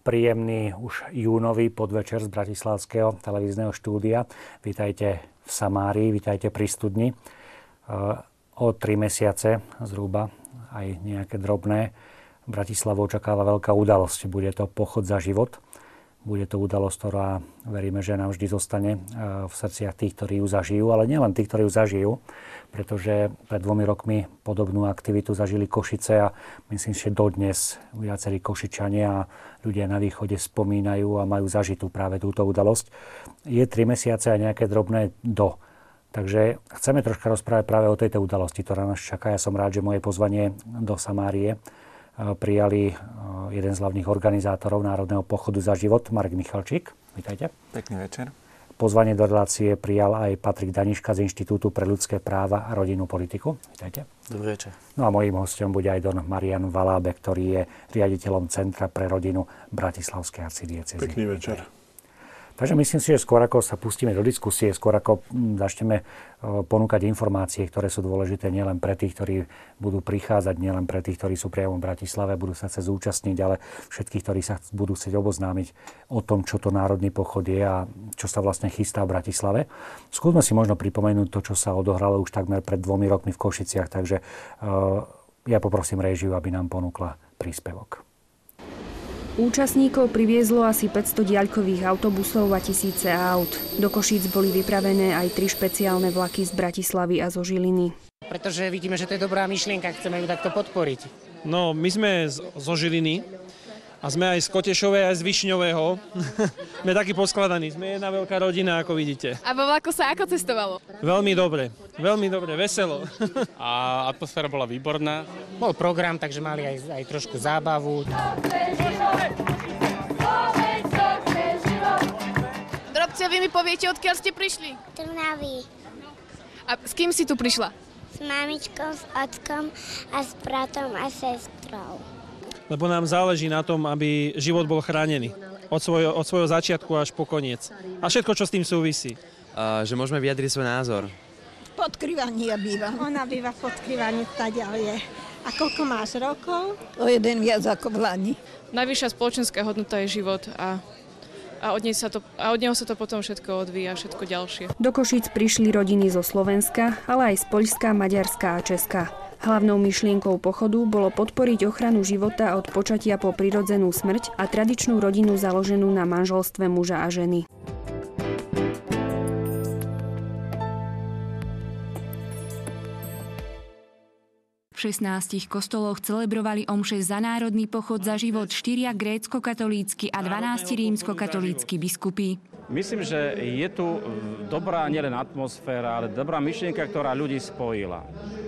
Príjemný už júnový podvečer z bratislavského televízneho štúdia. Vítajte v Samárii, vítajte pri studni. O 3 mesiace zhruba, aj nejaké drobné, Bratislavu očakáva veľká udalosť. Bude to pochod za život. Bude to udalosť, ktorá veríme, že nám vždy zostane v srdciach tých, ktorí ju zažijú, ale nielen tých, ktorí ju zažijú, pretože pred 2 rokmi podobnú aktivitu zažili Košice a myslím, že dodnes viacerí Košičania a ľudia na východe spomínajú a majú zažitú práve túto udalosť. Je 3 mesiace a nejaké drobné do. Takže chceme troška rozprávať práve o tejto udalosti, ktorá nás čaká. Ja som rád, že moje pozvanie do Samárie prijali jeden z hlavných organizátorov Národného pochodu za život, Marek Michalčík. Vítajte. Pekný večer. Pozvanie do relácie prijal aj Patrik Daniška z Inštitútu pre ľudské práva a rodinnú politiku. Vítajte. Dobrý večer. No a mojím hosťom bude aj don Marian Valábek, ktorý je riaditeľom Centra pre rodinu Bratislavskej arcidiecézy. Pekný večer. Takže myslím si, že skôr ako sa pustíme do diskusie, skôr ako začneme ponúkať informácie, ktoré sú dôležité nielen pre tých, ktorí budú prichádzať, nielen pre tých, ktorí sú priamo v Bratislave, budú sa chcieť zúčastniť, ale všetkých, ktorí sa budú chcieť oboznámiť o tom, čo to Národný pochod je a čo sa vlastne chystá v Bratislave. Skúsme si možno pripomenúť to, čo sa odohralo už takmer pred 2 rokmi v Košiciach, takže ja poprosím réžiu, aby nám ponúkla príspevok. Účastníkov priviezlo asi 500 diaľkových autobusov a tisíce aut. Do Košíc boli vypravené aj 3 špeciálne vlaky z Bratislavy a zo Žiliny. Pretože vidíme, že to je dobrá myšlienka, chceme ju takto podporiť. No, my sme zo Žiliny a sme aj z Kotešovej, aj z Višňového. Sme takí poskladaní, sme jedna veľká rodina, ako vidíte. A vo vlaku sa ako cestovalo? Veľmi dobre, veselo. A atmosféra bola výborná. Bol program, takže mali aj trošku zábavu. Drobci, vy mi poviete, odkiaľ ste prišli? Trnavy. A s kým si tu prišla? S mamičkou, s otcom a s bratom a sestrou. Lebo nám záleží na tom, aby život bol chránený. Od svojho začiatku až po koniec. A všetko, čo s tým súvisí. Že môžeme vyjadriť svoj názor. Podkrývaní ja bývam. Ona býva v Podkrývaní, tadiaľ je. A koľko máš rokov? O 1 viac ako v Lani. Najvyššia spoločenská hodnota je život a od neho sa to potom všetko odvíja, všetko ďalšie. Do Košíc prišli rodiny zo Slovenska, ale aj z Poľska, Maďarska a Česka. Hlavnou myšlienkou pochodu bolo podporiť ochranu života od počatia po prirodzenú smrť a tradičnú rodinu založenú na manželstve muža a ženy. V 16 kostoloch celebrovali omše za Národný pochod za život 4 grécko-katolícky a 12 rímsko-katolícky biskupy. Myslím, že je tu dobrá nielen atmosféra, ale dobrá myšlienka, ktorá ľudí spojila.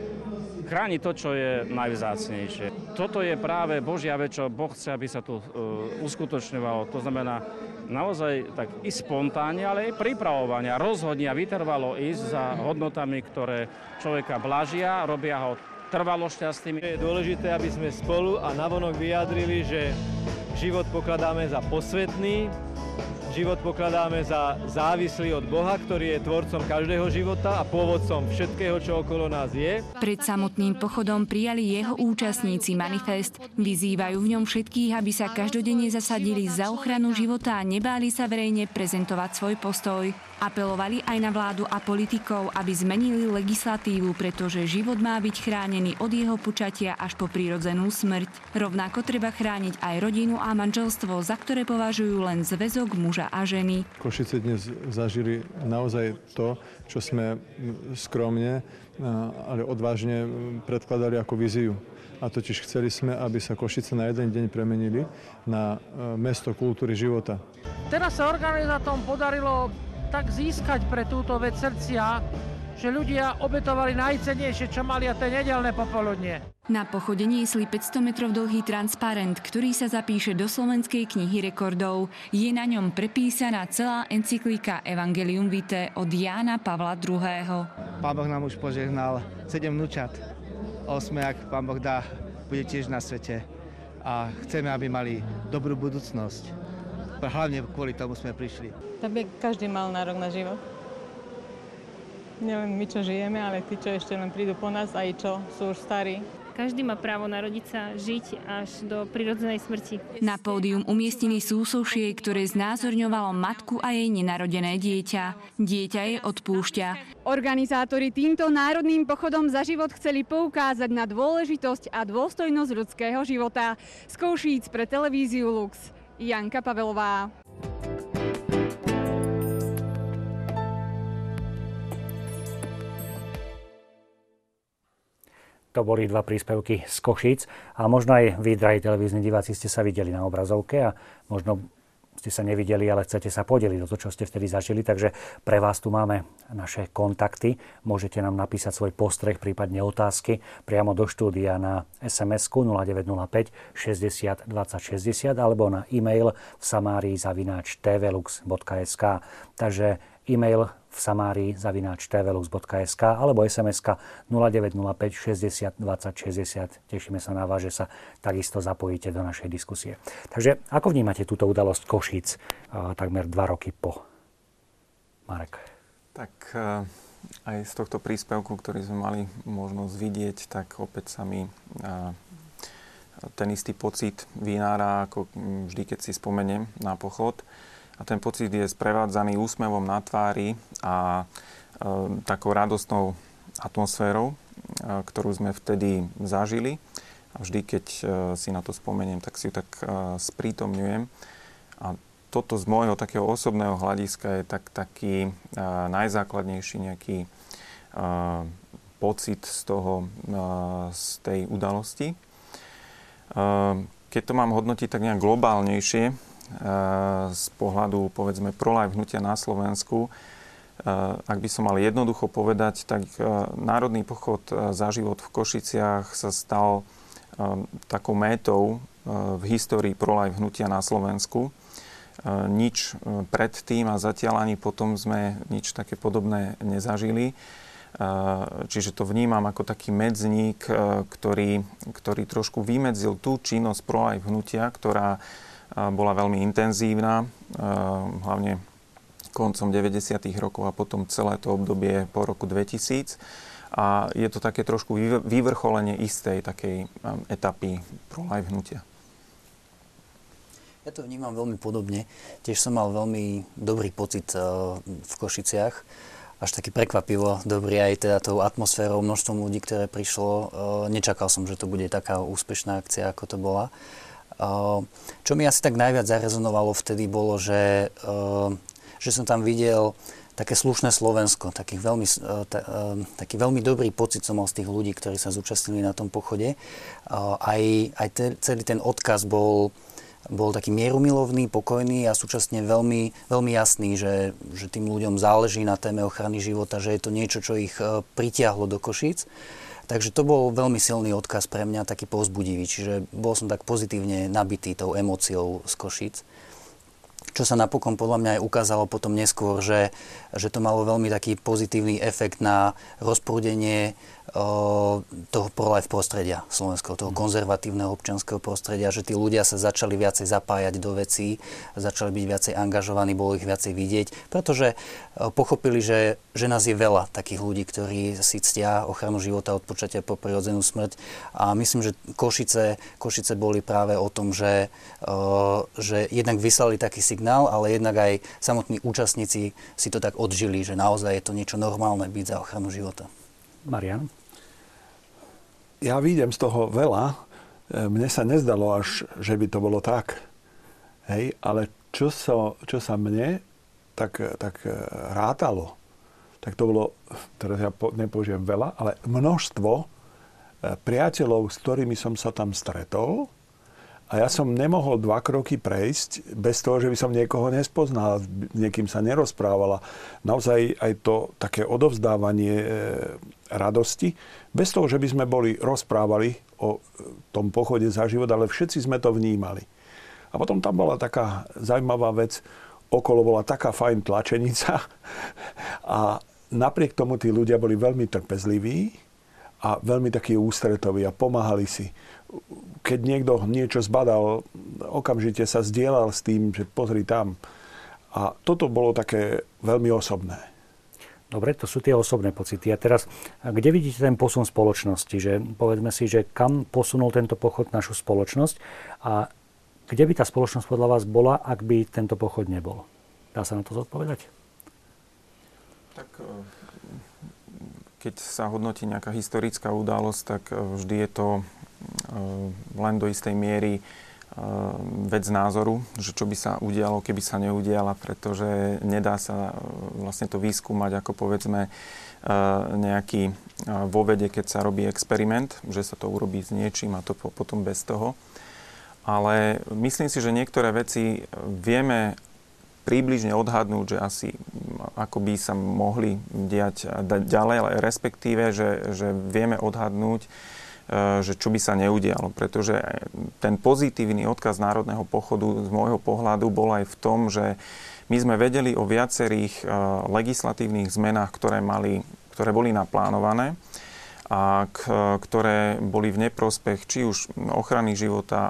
Chráni to, čo je najvzácnejšie. Toto je práve Božia vec, čo Boh chce, aby sa tu uskutočňovalo. To znamená naozaj tak i spontánne, ale aj pripravovanie, rozhodne a vytrvalo ísť za hodnotami, ktoré človeka blažia, robia ho trvalo šťastným. Je dôležité, aby sme spolu a navonok vyjadrili, že život pokladáme za posvätný, život pokladáme za závislý od Boha, ktorý je tvorcom každého života a pôvodcom všetkého, čo okolo nás je. Pred samotným pochodom prijali jeho účastníci manifest. Vyzývajú v ňom všetkých, aby sa každodenne zasadili za ochranu života a nebáli sa verejne prezentovať svoj postoj. Apelovali aj na vládu a politikov, aby zmenili legislatívu, pretože život má byť chránený od jeho počatia až po prirodzenú smrť. Rovnako treba chrániť aj rodinu a manželstvo, za ktoré považujú len zväzok muža a ženy. Košice dnes zažili naozaj to, čo sme skromne, ale odvážne predkladali ako víziu. A totiž chceli sme, aby sa Košice na jeden deň premenili na mesto kultúry života. Teraz sa organizátorom podarilo tak získať pre túto vec srdcia, že ľudia obetovali najcennejšie, čo mali, a to je nedeľné popoludnie. Na pochode niesli 500 metrov dlhý transparent, ktorý sa zapíše do Slovenskej knihy rekordov. Je na ňom prepísaná celá encyklika Evangelium Vitae od Jána Pavla II. Pán Boh nám už požehnal 7 vnúčat. 8, ak Pán Boh dá, bude tiež na svete. A chceme, aby mali dobrú budúcnosť. Hlavne kvôli tomu sme prišli. Aby každý mal nárok na život. Nielen my, čo žijeme, ale tí, čo ešte len prídu po nás, aj čo sú už starí. každý má právo narodiť sa, žiť až do prirodzenej smrti. Na pódium umiestnili súsošie, ktoré znázorňovalo matku a jej nenarodené dieťa. Dieťa jej odpúšťa. Organizátori týmto národným pochodom za život chceli poukázať na dôležitosť a dôstojnosť ľudského života. Z Košíc pre televíziu Lux, Janka Pavelová. To boli dva príspevky z Košíc a možno aj vy, drahí televízni diváci, ste sa videli na obrazovke a možno ste sa nevideli, ale chcete sa podeliť o to, čo ste vtedy zažili. Takže pre vás tu máme naše kontakty. Môžete nám napísať svoj postreh, prípadne otázky priamo do štúdia na SMS-ku 0905 60 20 60 alebo na e-mail v samárii@tvlux.sk. Takže e-mail v samárii@tvlux.sk alebo SMS-ka 0905 60 20 60. Tešíme sa na vás, že sa takisto zapojíte do našej diskusie. Takže ako vnímate túto udalosť Košíc takmer 2 roky po? Marek. Tak aj z tohto príspevku, ktorý sme mali možnosť vidieť, tak opäť sa mi ten istý pocit vynára, ako vždy, keď si spomeniem na pochod. A ten pocit je sprevádzaný úsmevom na tvári a takou radostnou atmosférou, ktorú sme vtedy zažili. A vždy, keď si na to spomeniem, tak si ju tak sprítomňujem. A toto z môjho takého osobného hľadiska je taký najzákladnejší nejaký pocit z tej udalosti. Keď to mám hodnotiť tak nejak globálnejšie, z pohľadu, povedzme, pro-life hnutia na Slovensku, ak by som mal jednoducho povedať, tak Národný pochod za život v Košiciach sa stal takou métou v histórii pro-life hnutia na Slovensku. Nič predtým a zatiaľ ani potom sme nič také podobné nezažili. Čiže to vnímam ako taký medzník, ktorý trošku vymedzil tú činnosť pro-life hnutia, ktorá bola veľmi intenzívna, hlavne koncom 90. rokov a potom celé to obdobie po roku 2000. A je to také trošku vyvrcholenie istej takej etapy pro-life hnutia. Ja to vnímam veľmi podobne. Tiež som mal veľmi dobrý pocit v Košiciach. Až taký prekvapivo dobrý aj teda tou atmosférou, množstvom ľudí, ktoré prišlo. Nečakal som, že to bude taká úspešná akcia, ako to bola. Čo mi asi tak najviac zarezonovalo vtedy bolo, že som tam videl také slušné Slovensko, taký veľmi dobrý pocit som mal z tých ľudí, ktorí sa zúčastnili na tom pochode. Aj celý ten odkaz bol taký mierumilovný, pokojný a súčasne veľmi, veľmi jasný, že tým ľuďom záleží na téme ochrany života, že je to niečo, čo ich pritiahlo do Košíc. Takže to bol veľmi silný odkaz pre mňa, taký povzbudivý. Čiže bol som tak pozitívne nabitý tou emóciou z Košíc. Čo sa napokon podľa mňa aj ukázalo potom neskôr, že to malo veľmi taký pozitívny efekt na rozprúdenie toho pro-life prostredia slovenského, toho konzervatívneho občianskeho prostredia, že tí ľudia sa začali viacej zapájať do vecí, začali byť viacej angažovaní, bolo ich viacej vidieť, pretože pochopili, že nás je veľa takých ľudí, ktorí si ctia ochranu života od počatia po prirodzenú smrť. A myslím, že Košice boli práve o tom, že jednak vyslali taký signál, ale jednak aj samotní účastníci si to tak odžili, že naozaj je to niečo normálne byť za ochranu života. Marian? Ja vidím z toho veľa. Mne sa nezdalo až, že by to bolo tak. Hej, ale čo sa mne tak rátalo, tak to bolo, teraz ja nepoužijem veľa, ale množstvo priateľov, s ktorými som sa tam stretol. A ja som nemohol 2 kroky prejsť bez toho, že by som niekoho nespoznal, niekým sa nerozprávala. Naozaj aj to také odovzdávanie radosti, bez toho, že by sme rozprávali o tom pochode za život, ale všetci sme to vnímali. A potom tam bola taká zaujímavá vec, okolo bola taká fajn tlačenica a napriek tomu tí ľudia boli veľmi trpezliví a veľmi takí ústretoví a pomáhali si. Keď niekto niečo zbadal, okamžite sa zdieľal s tým, že pozri tam. A toto bolo také veľmi osobné. Dobre, to sú tie osobné pocity. A teraz, kde vidíte ten posun spoločnosti? Že povedzme si, že kam posunul tento pochod našu spoločnosť a kde by tá spoločnosť podľa vás bola, ak by tento pochod nebol? Dá sa na to zodpovedať? Tak keď sa hodnotí nejaká historická udalosť, tak vždy je to len do istej miery vec názoru, že čo by sa udialo, keby sa neudiala, pretože nedá sa vlastne to vyskúmať ako povedzme nejaký vo vede, keď sa robí experiment, že sa to urobí s niečím a to potom bez toho. Ale myslím si, že niektoré veci vieme približne odhadnúť, že asi ako by sa mohli diať ďalej, ale respektíve, že vieme odhadnúť, že čo by sa neudialo. Pretože ten pozitívny odkaz Národného pochodu z môjho pohľadu bol aj v tom, že my sme vedeli o viacerých legislatívnych zmenách, ktoré boli naplánované a ktoré boli v neprospech či už ochrany života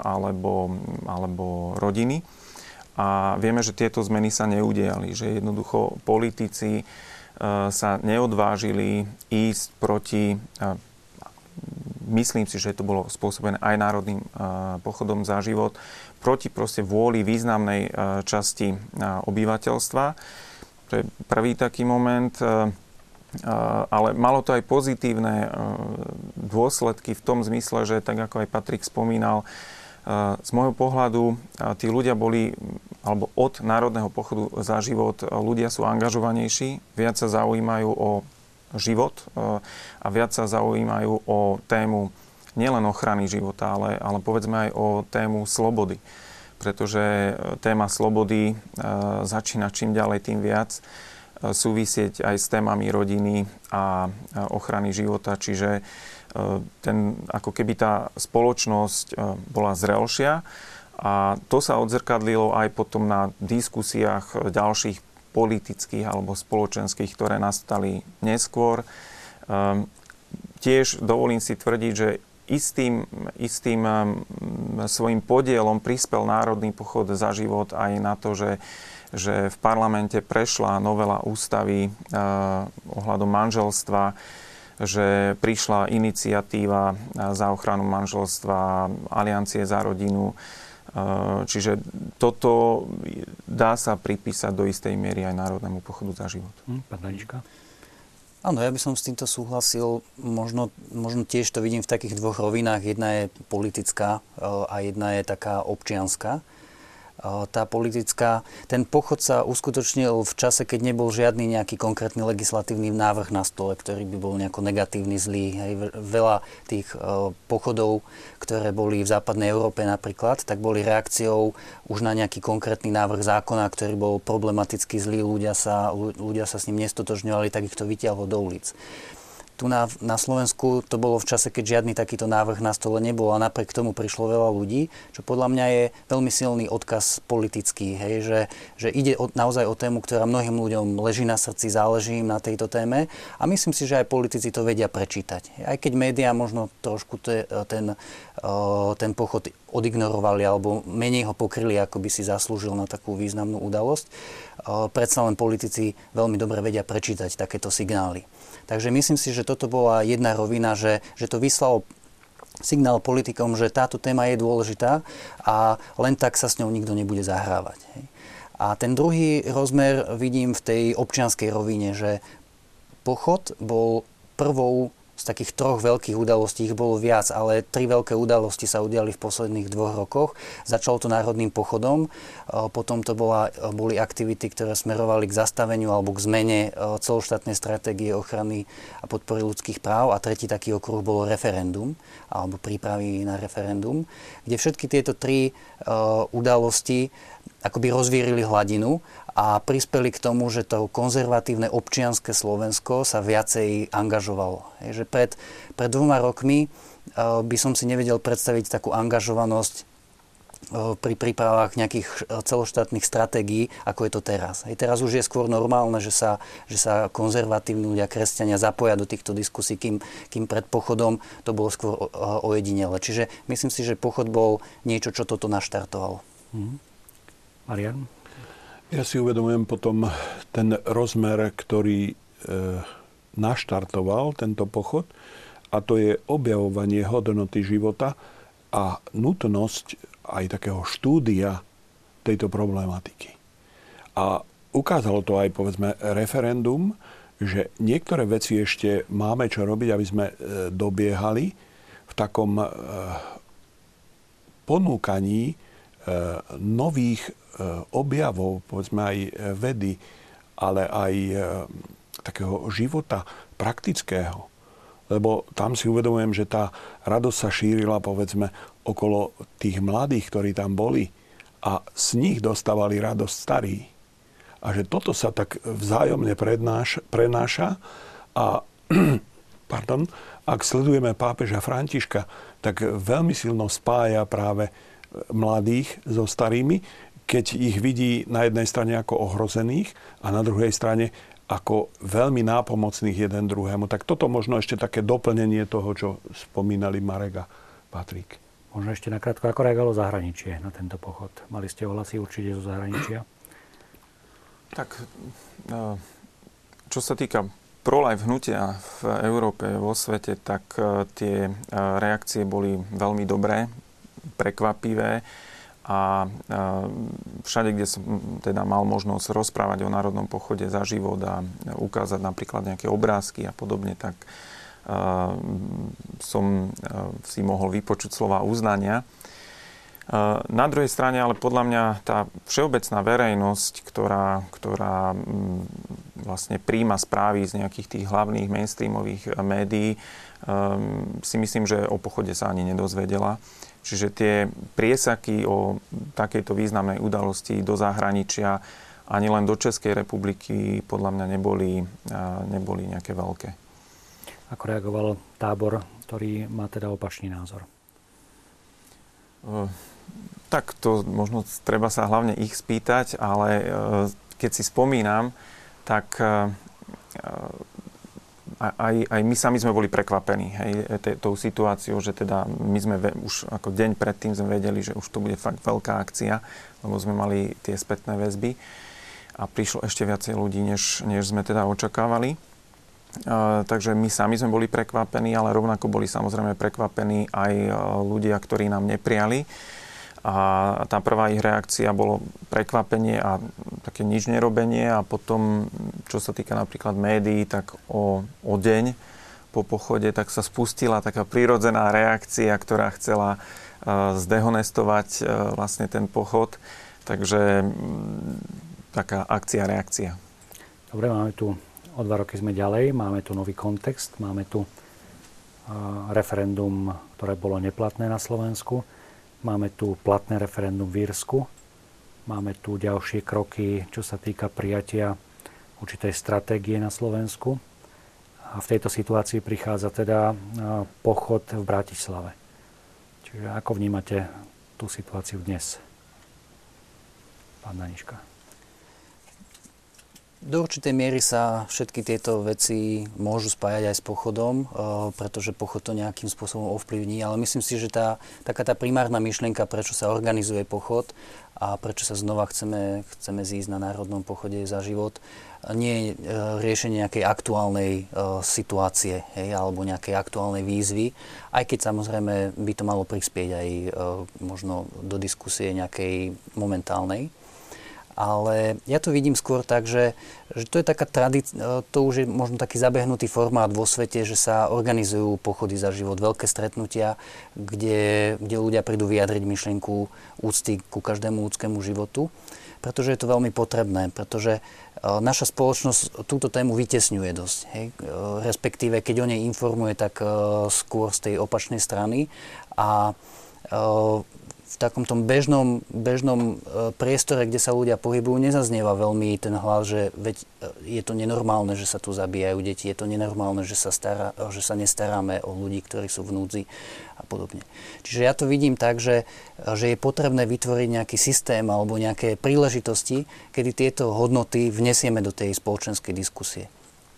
alebo rodiny. A vieme, že tieto zmeny sa neudiali, že jednoducho politici sa neodvážili ísť proti, myslím si, že to bolo spôsobené aj Národným pochodom za život, proti proste vôli významnej časti obyvateľstva. To je prvý taký moment, ale malo to aj pozitívne dôsledky v tom zmysle, že tak ako aj Patrik spomínal, z môjho pohľadu tí ľudia boli, alebo od Národného pochodu za život, ľudia sú angažovanejší, viac sa zaujímajú o život a viac sa zaujímajú o tému nielen ochrany života, ale povedzme aj o tému slobody. Pretože téma slobody začína čím ďalej, tým viac súvisieť aj s témami rodiny a ochrany života. Čiže ako keby tá spoločnosť bola zrelšia a to sa odzrkadlilo aj potom na diskusiách ďalších politických alebo spoločenských, ktoré nastali neskôr. Tiež dovolím si tvrdiť, že istým svojím podielom prispel Národný pochod za život aj na to, že v parlamente prešla novela ústavy ohľadom manželstva, že prišla iniciatíva za ochranu manželstva, Aliancie za rodinu. Čiže toto dá sa pripísať do istej miery aj Národnému pochodu za život. Pán Danička? Áno, ja by som s týmto súhlasil. Možno tiež to vidím v takých dvoch rovinách. Jedna je politická a jedna je taká občianska. Tá politická, ten pochod sa uskutočnil v čase, keď nebol žiadny nejaký konkrétny legislatívny návrh na stole, ktorý by bol nejako negatívny, zlý. Veľa tých pochodov, ktoré boli v západnej Európe napríklad, tak boli reakciou už na nejaký konkrétny návrh zákona, ktorý bol problematicky zlý, ľudia sa s ním nestotožňovali, tak ich to vytiahlo do ulic. Tu na Slovensku to bolo v čase, keď žiadny takýto návrh na stole nebol a napriek tomu prišlo veľa ľudí, čo podľa mňa je veľmi silný odkaz politický, hej, že ide naozaj o tému, ktorá mnohým ľuďom leží na srdci, záleží im na tejto téme a myslím si, že aj politici to vedia prečítať. Aj keď médiá možno trošku ten pochod odignorovali alebo menej ho pokryli, ako by si zaslúžil na takú významnú udalosť, predsa len politici veľmi dobre vedia prečítať takéto signály. Takže myslím si, že toto bola jedna rovina, že to vyslalo signál politikom, že táto téma je dôležitá a len tak sa s ňou nikto nebude zahrávať. A ten druhý rozmer vidím v tej občianskej rovine, že pochod bol prvou z takých troch veľkých udalostí, ich bolo viac, ale 3 veľké udalosti sa udiali v posledných 2 rokoch. Začalo to Národným pochodom, potom to boli aktivity, ktoré smerovali k zastaveniu alebo k zmene celoštátnej stratégie ochrany a podpory ľudských práv a tretí taký okruh bolo referendum alebo prípravy na referendum, kde všetky tieto 3 udalosti akoby rozvírili hladinu a prispeli k tomu, že to konzervatívne občianske Slovensko sa viacej angažovalo. Že pred 2 rokmi by som si nevedel predstaviť takú angažovanosť pri prípravách nejakých celoštátnych stratégií, ako je to teraz. Teraz už je skôr normálne, že sa konzervatívni ľudia, kresťania zapoja do týchto diskusí, kým pred pochodom to bolo skôr ojedinele. Čiže myslím si, že pochod bol niečo, čo toto naštartovalo. Marian? Ja si uvedomujem potom ten rozmer, ktorý naštartoval tento pochod, a to je objavovanie hodnoty života a nutnosť aj takého štúdia tejto problematiky. A ukázalo to aj, povedzme, referendum, že niektoré veci ešte máme čo robiť, aby sme dobiehali v takom ponúkaní nových objavov, povedzme aj vedy, ale aj takého života praktického. Lebo tam si uvedomujem, že tá radosť sa šírila, povedzme, okolo tých mladých, ktorí tam boli, a z nich dostávali radosť starí. A že toto sa tak vzájomne prenáša a ak sledujeme pápeža Františka, tak veľmi silno spája práve mladých so starými, keď ich vidí na jednej strane ako ohrozených a na druhej strane ako veľmi nápomocných jeden druhému. Tak toto možno ešte také doplnenie toho, čo spomínali Marek a Patrik. Možno ešte nakrátko, ako reagovalo zahraničie na tento pochod? Mali ste ohlasy určite zo zahraničia? Tak, čo sa týka pro-life hnutia v Európe, vo svete, tak tie reakcie boli veľmi dobré, prekvapivé. A všade, kde som teda mal možnosť rozprávať o národnom pochode za život a ukázať napríklad nejaké obrázky a podobne, tak som si mohol vypočuť slova uznania. Na druhej strane, ale podľa mňa tá všeobecná verejnosť, ktorá vlastne príjma správy z nejakých tých hlavných mainstreamových médií, si myslím, že o pochode sa ani nedozvedela. Čiže tie priesaky o takejto významnej udalosti do zahraničia ani len do Českej republiky podľa mňa neboli nejaké veľké. Ako reagoval tábor, ktorý má teda opačný názor? Tak to možno treba sa hlavne ich spýtať, ale keď si spomínam, tak aj my sami sme boli prekvapení, hej, tou situáciou, že teda my sme už ako deň predtým sme vedeli, že už to bude fakt veľká akcia, lebo sme mali tie spätné väzby a prišlo ešte viacej ľudí, než sme teda očakávali. Takže my sami sme boli prekvapení, ale rovnako boli samozrejme prekvapení aj ľudia, ktorí nám neprijali. A tá prvá ich reakcia bolo prekvapenie a také nič nerobenie, a potom, čo sa týka napríklad médií, tak o deň po pochode tak sa spustila taká prirodzená reakcia, ktorá chcela zdehonestovať vlastne ten pochod. Takže taká akcia-reakcia. Dobre, máme tu, o 2 roky sme ďalej, máme tu nový kontext, máme tu referendum, ktoré bolo neplatné na Slovensku. Máme tu platné referendum v Írsku. Máme tu ďalšie kroky, čo sa týka prijatia určitej stratégie na Slovensku. A v tejto situácii prichádza teda pochod v Bratislave. Čiže ako vnímate tú situáciu dnes? Pán Daniška. Do určitej miery sa všetky tieto veci môžu spájať aj s pochodom, pretože pochod to nejakým spôsobom ovplyvní, ale myslím si, že taká tá primárna myšlienka, prečo sa organizuje pochod a prečo sa znova chceme zísť na národnom pochode za život, nie je riešenie nejakej aktuálnej situácie, alebo nejakej aktuálnej výzvy, aj keď samozrejme by to malo prispieť aj možno do diskusie nejakej momentálnej. Ale ja to vidím skôr tak, že to je taká tradícia, to už je možno taký zabehnutý formát vo svete, že sa organizujú pochody za život, veľké stretnutia, kde ľudia prídu vyjadriť myšlienku úcty ku každému ľudskému životu, pretože je to veľmi potrebné, pretože naša spoločnosť túto tému vytesňuje dosť. Hej? Respektíve, keď o nej informuje, tak skôr z tej opačnej strany. A v takom tom bežnom priestore, kde sa ľudia pohybujú, nezaznieva veľmi ten hlas, že veď je to nenormálne, že sa tu zabíjajú deti, je to nenormálne, že sa nestaráme o ľudí, ktorí sú v núdzi a podobne. Čiže ja to vidím tak, že je potrebné vytvoriť nejaký systém alebo nejaké príležitosti, kedy tieto hodnoty vnesieme do tej spoločenskej diskusie.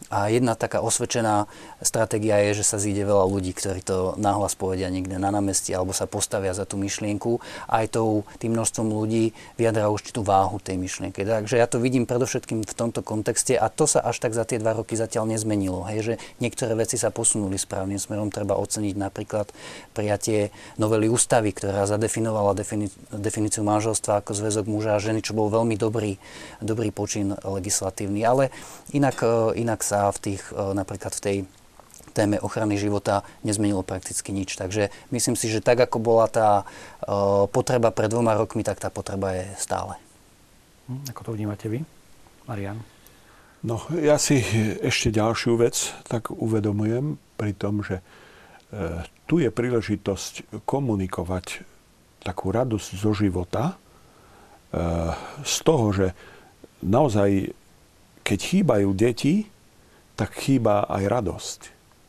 A jedna taká osvedčená stratégia je, že sa zíde veľa ľudí, ktorí to nahlas povedia niekde na námestí alebo sa postavia za tú myšlienku. Aj tým množstvom ľudí vyjadrá určitú váhu tej myšlienky. Takže ja to vidím predovšetkým v tomto kontexte a to sa až tak za tie 2 roky zatiaľ nezmenilo. Hej, že niektoré veci sa posunuli správnym smerom. Treba oceniť napríklad prijatie novely ústavy, ktorá zadefinovala definíciu manželstva ako zväzok muža a ženy, čo bol veľmi dobrý počin legislatívny. Ale inak sa napríklad v tej téme ochrany života nezmenilo prakticky nič. Takže myslím si, že tak, ako bola tá potreba pred 2 rokmi, tak tá potreba je stále. Ako to vnímate vy, Marián? No, ja si ešte ďalšiu vec tak uvedomujem pri tom, že tu je príležitosť komunikovať takú radosť zo života z toho, že naozaj, keď chýbajú deti, tak chýba aj radosť.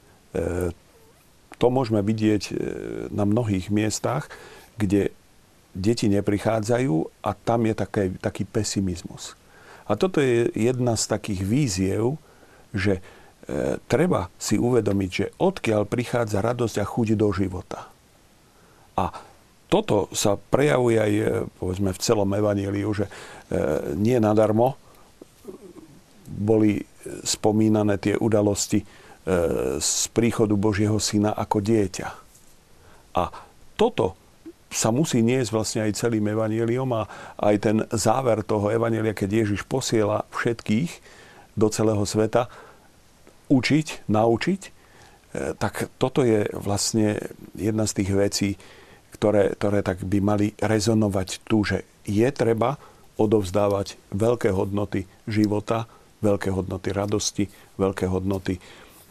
To môžeme vidieť na mnohých miestach, kde deti neprichádzajú a tam je taký pesimizmus. A toto je jedna z takých víziev, že treba si uvedomiť, že odkiaľ prichádza radosť a chuť do života. A toto sa prejavuje aj povedzme v celom evanjeliu, že nie nadarmo boli spomínané tie udalosti z príchodu Božieho syna ako dieťa. A toto sa musí niesť vlastne aj celým evanjeliom a aj ten záver toho evanjelia, keď Ježiš posiela všetkých do celého sveta učiť, naučiť, tak toto je vlastne jedna z tých vecí, ktoré tak by mali rezonovať tu, že je treba odovzdávať veľké hodnoty života, veľké hodnoty radosti, veľké hodnoty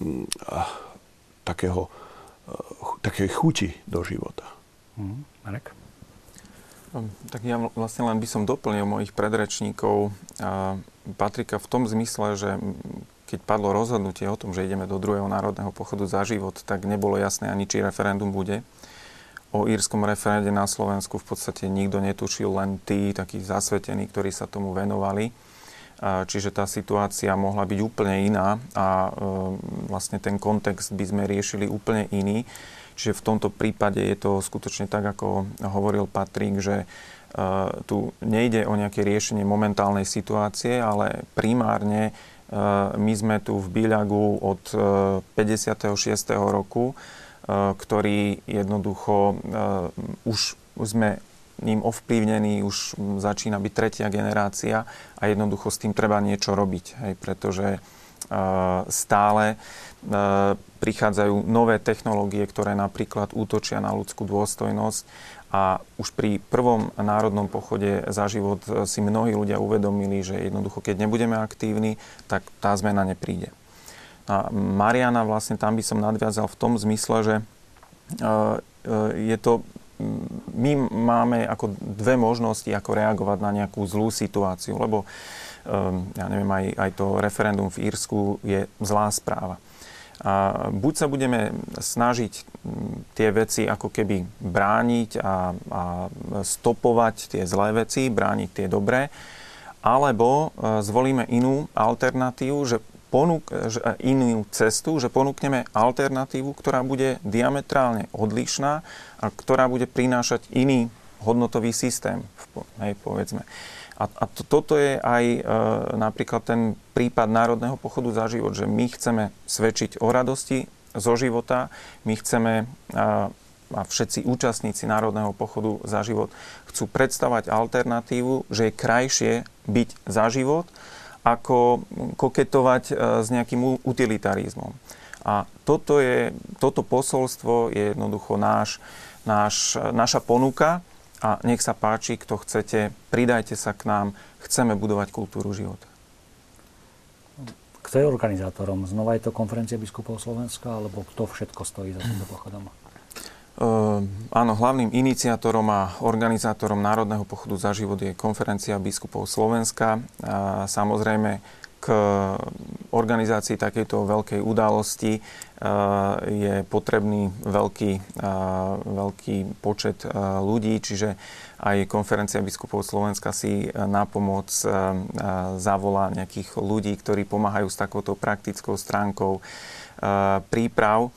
takej chuti do života. Marek? Tak ja vlastne len by som doplnil mojich predrečníkov Patrika v tom zmysle, že keď padlo rozhodnutie o tom, že ideme do 2. národného pochodu za život, tak nebolo jasné ani, či referendum bude. O írskom referende na Slovensku v podstate nikto netušil, len tí takí zasvetení, ktorí sa tomu venovali. Čiže tá situácia mohla byť úplne iná a vlastne ten kontext by sme riešili úplne iný. Čiže v tomto prípade je to skutočne tak, ako hovoril Patrik, že tu nejde o nejaké riešenie momentálnej situácie, ale primárne my sme tu v Bíľagu od 56. roku, ktorý jednoducho už sme ním ovplyvnený, už začína byť 3. generácia a jednoducho s tým treba niečo robiť, hej, pretože stále prichádzajú nové technológie, ktoré napríklad útočia na ľudskú dôstojnosť a už pri 1. národnom pochode za život si mnohí ľudia uvedomili, že jednoducho, keď nebudeme aktívni, tak tá zmena nepríde. A Mariana, vlastne tam by som nadviazal v tom zmysle, že je to my máme ako 2 možnosti, ako reagovať na nejakú zlú situáciu, lebo ja neviem, aj to referendum v Írsku je zlá správa. A buď sa budeme snažiť tie veci ako keby brániť a stopovať tie zlé veci, brániť tie dobré, alebo zvolíme inú alternatívu, inú cestu, že ponúkneme alternatívu, ktorá bude diametrálne odlišná a ktorá bude prinášať iný hodnotový systém, povedzme. A toto je aj napríklad ten prípad Národného pochodu za život, že my chceme svedčiť o radosti zo života, my chceme a všetci účastníci Národného pochodu za život chcú predstavať alternatívu, že je krajšie byť za život, ako koketovať s nejakým utilitarizmom. A toto posolstvo je jednoducho naša ponuka a nech sa páči, kto chcete, pridajte sa k nám, chceme budovať kultúru života. Kto je organizátorom? Znova je to Konferencia biskupov Slovenska, alebo kto všetko stojí za týmto pochodom? Áno, hlavným iniciátorom a organizátorom Národného pochodu za život je Konferencia biskupov Slovenska. Samozrejme, k organizácii takejto veľkej udalosti je potrebný veľký počet ľudí, čiže aj Konferencia biskupov Slovenska si na pomoc zavolá nejakých ľudí, ktorí pomáhajú s takouto praktickou stránkou príprav.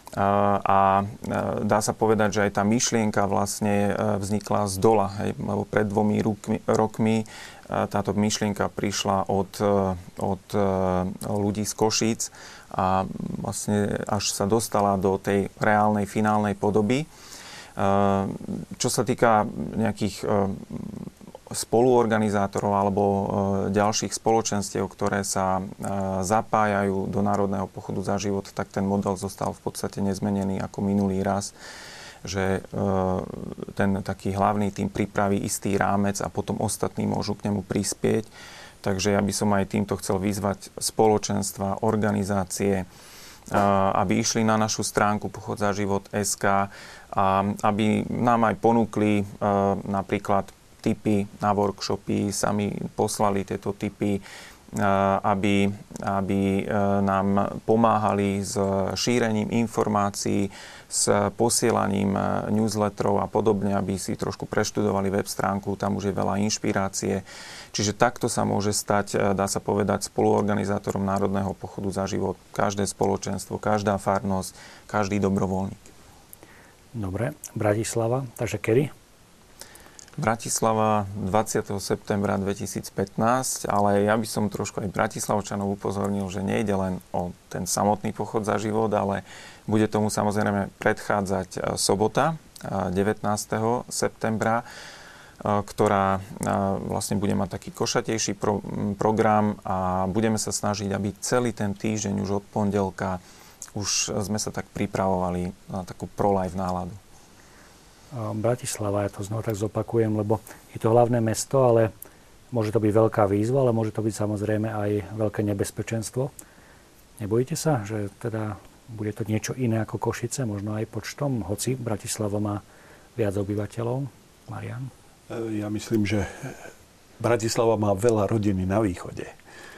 A dá sa povedať, že aj tá myšlienka vlastne vznikla z dola, lebo pred 2 rokmi táto myšlienka prišla od ľudí z Košíc a vlastne až sa dostala do tej reálnej finálnej podoby. Čo sa týka nejakých spoluorganizátorov alebo ďalších spoločenstiev, ktoré sa zapájajú do Národného pochodu za život, tak ten model zostal v podstate nezmenený ako minulý raz, že ten taký hlavný tým pripraví istý rámec a potom ostatní môžu k nemu prispieť. Takže ja by som aj týmto chcel vyzvať spoločenstva, organizácie, aby išli na našu stránku pochodzaživot.sk a aby nám aj ponúkli napríklad tipy na workshopy, sami poslali tieto tipy, aby nám pomáhali s šírením informácií, s posielaním newsletterov a podobne, aby si trošku preštudovali web stránku, tam už je veľa inšpirácie. Čiže takto sa môže stať, dá sa povedať, spoluorganizátorom Národného pochodu za život každé spoločenstvo, každá farnosť, každý dobrovoľník. Dobre, Bratislava, takže kedy? Bratislava 20. septembra 2015, ale ja by som trošku aj Bratislavčanov upozornil, že nejde len o ten samotný pochod za život, ale bude tomu samozrejme predchádzať sobota 19. septembra, ktorá vlastne bude mať taký košatejší program a budeme sa snažiť, aby celý ten týždeň už od pondelka už sme sa tak pripravovali na takú pro-life náladu. Bratislava, ja to znova tak zopakujem, lebo je to hlavné mesto, ale môže to byť veľká výzva, ale môže to byť samozrejme aj veľké nebezpečenstvo. Nebojíte sa, že teda bude to niečo iné ako Košice, možno aj počtom, hoci Bratislava má viac obyvateľov? Marián? Ja myslím, že Bratislava má veľa rodiny na východe.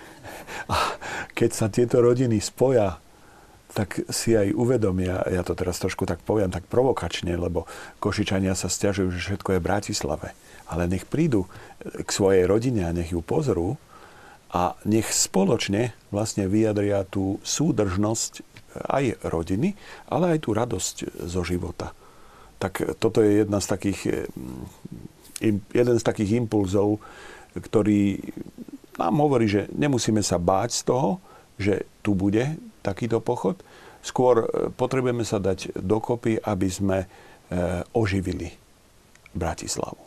A keď sa tieto rodiny spoja, tak si aj uvedomia, ja to teraz trošku tak poviem, tak provokačne, lebo Košičania sa sťažujú, že všetko je v Bratislave. Ale nech prídu k svojej rodine a nech ju pozrú a nech spoločne vlastne vyjadria tú súdržnosť aj rodiny, ale aj tú radosť zo života. Tak toto je jeden z takých impulzov, ktorý nám hovorí, že nemusíme sa báť z toho, že tu bude takýto pochod. Skôr potrebujeme sa dať dokopy, aby sme oživili Bratislavu.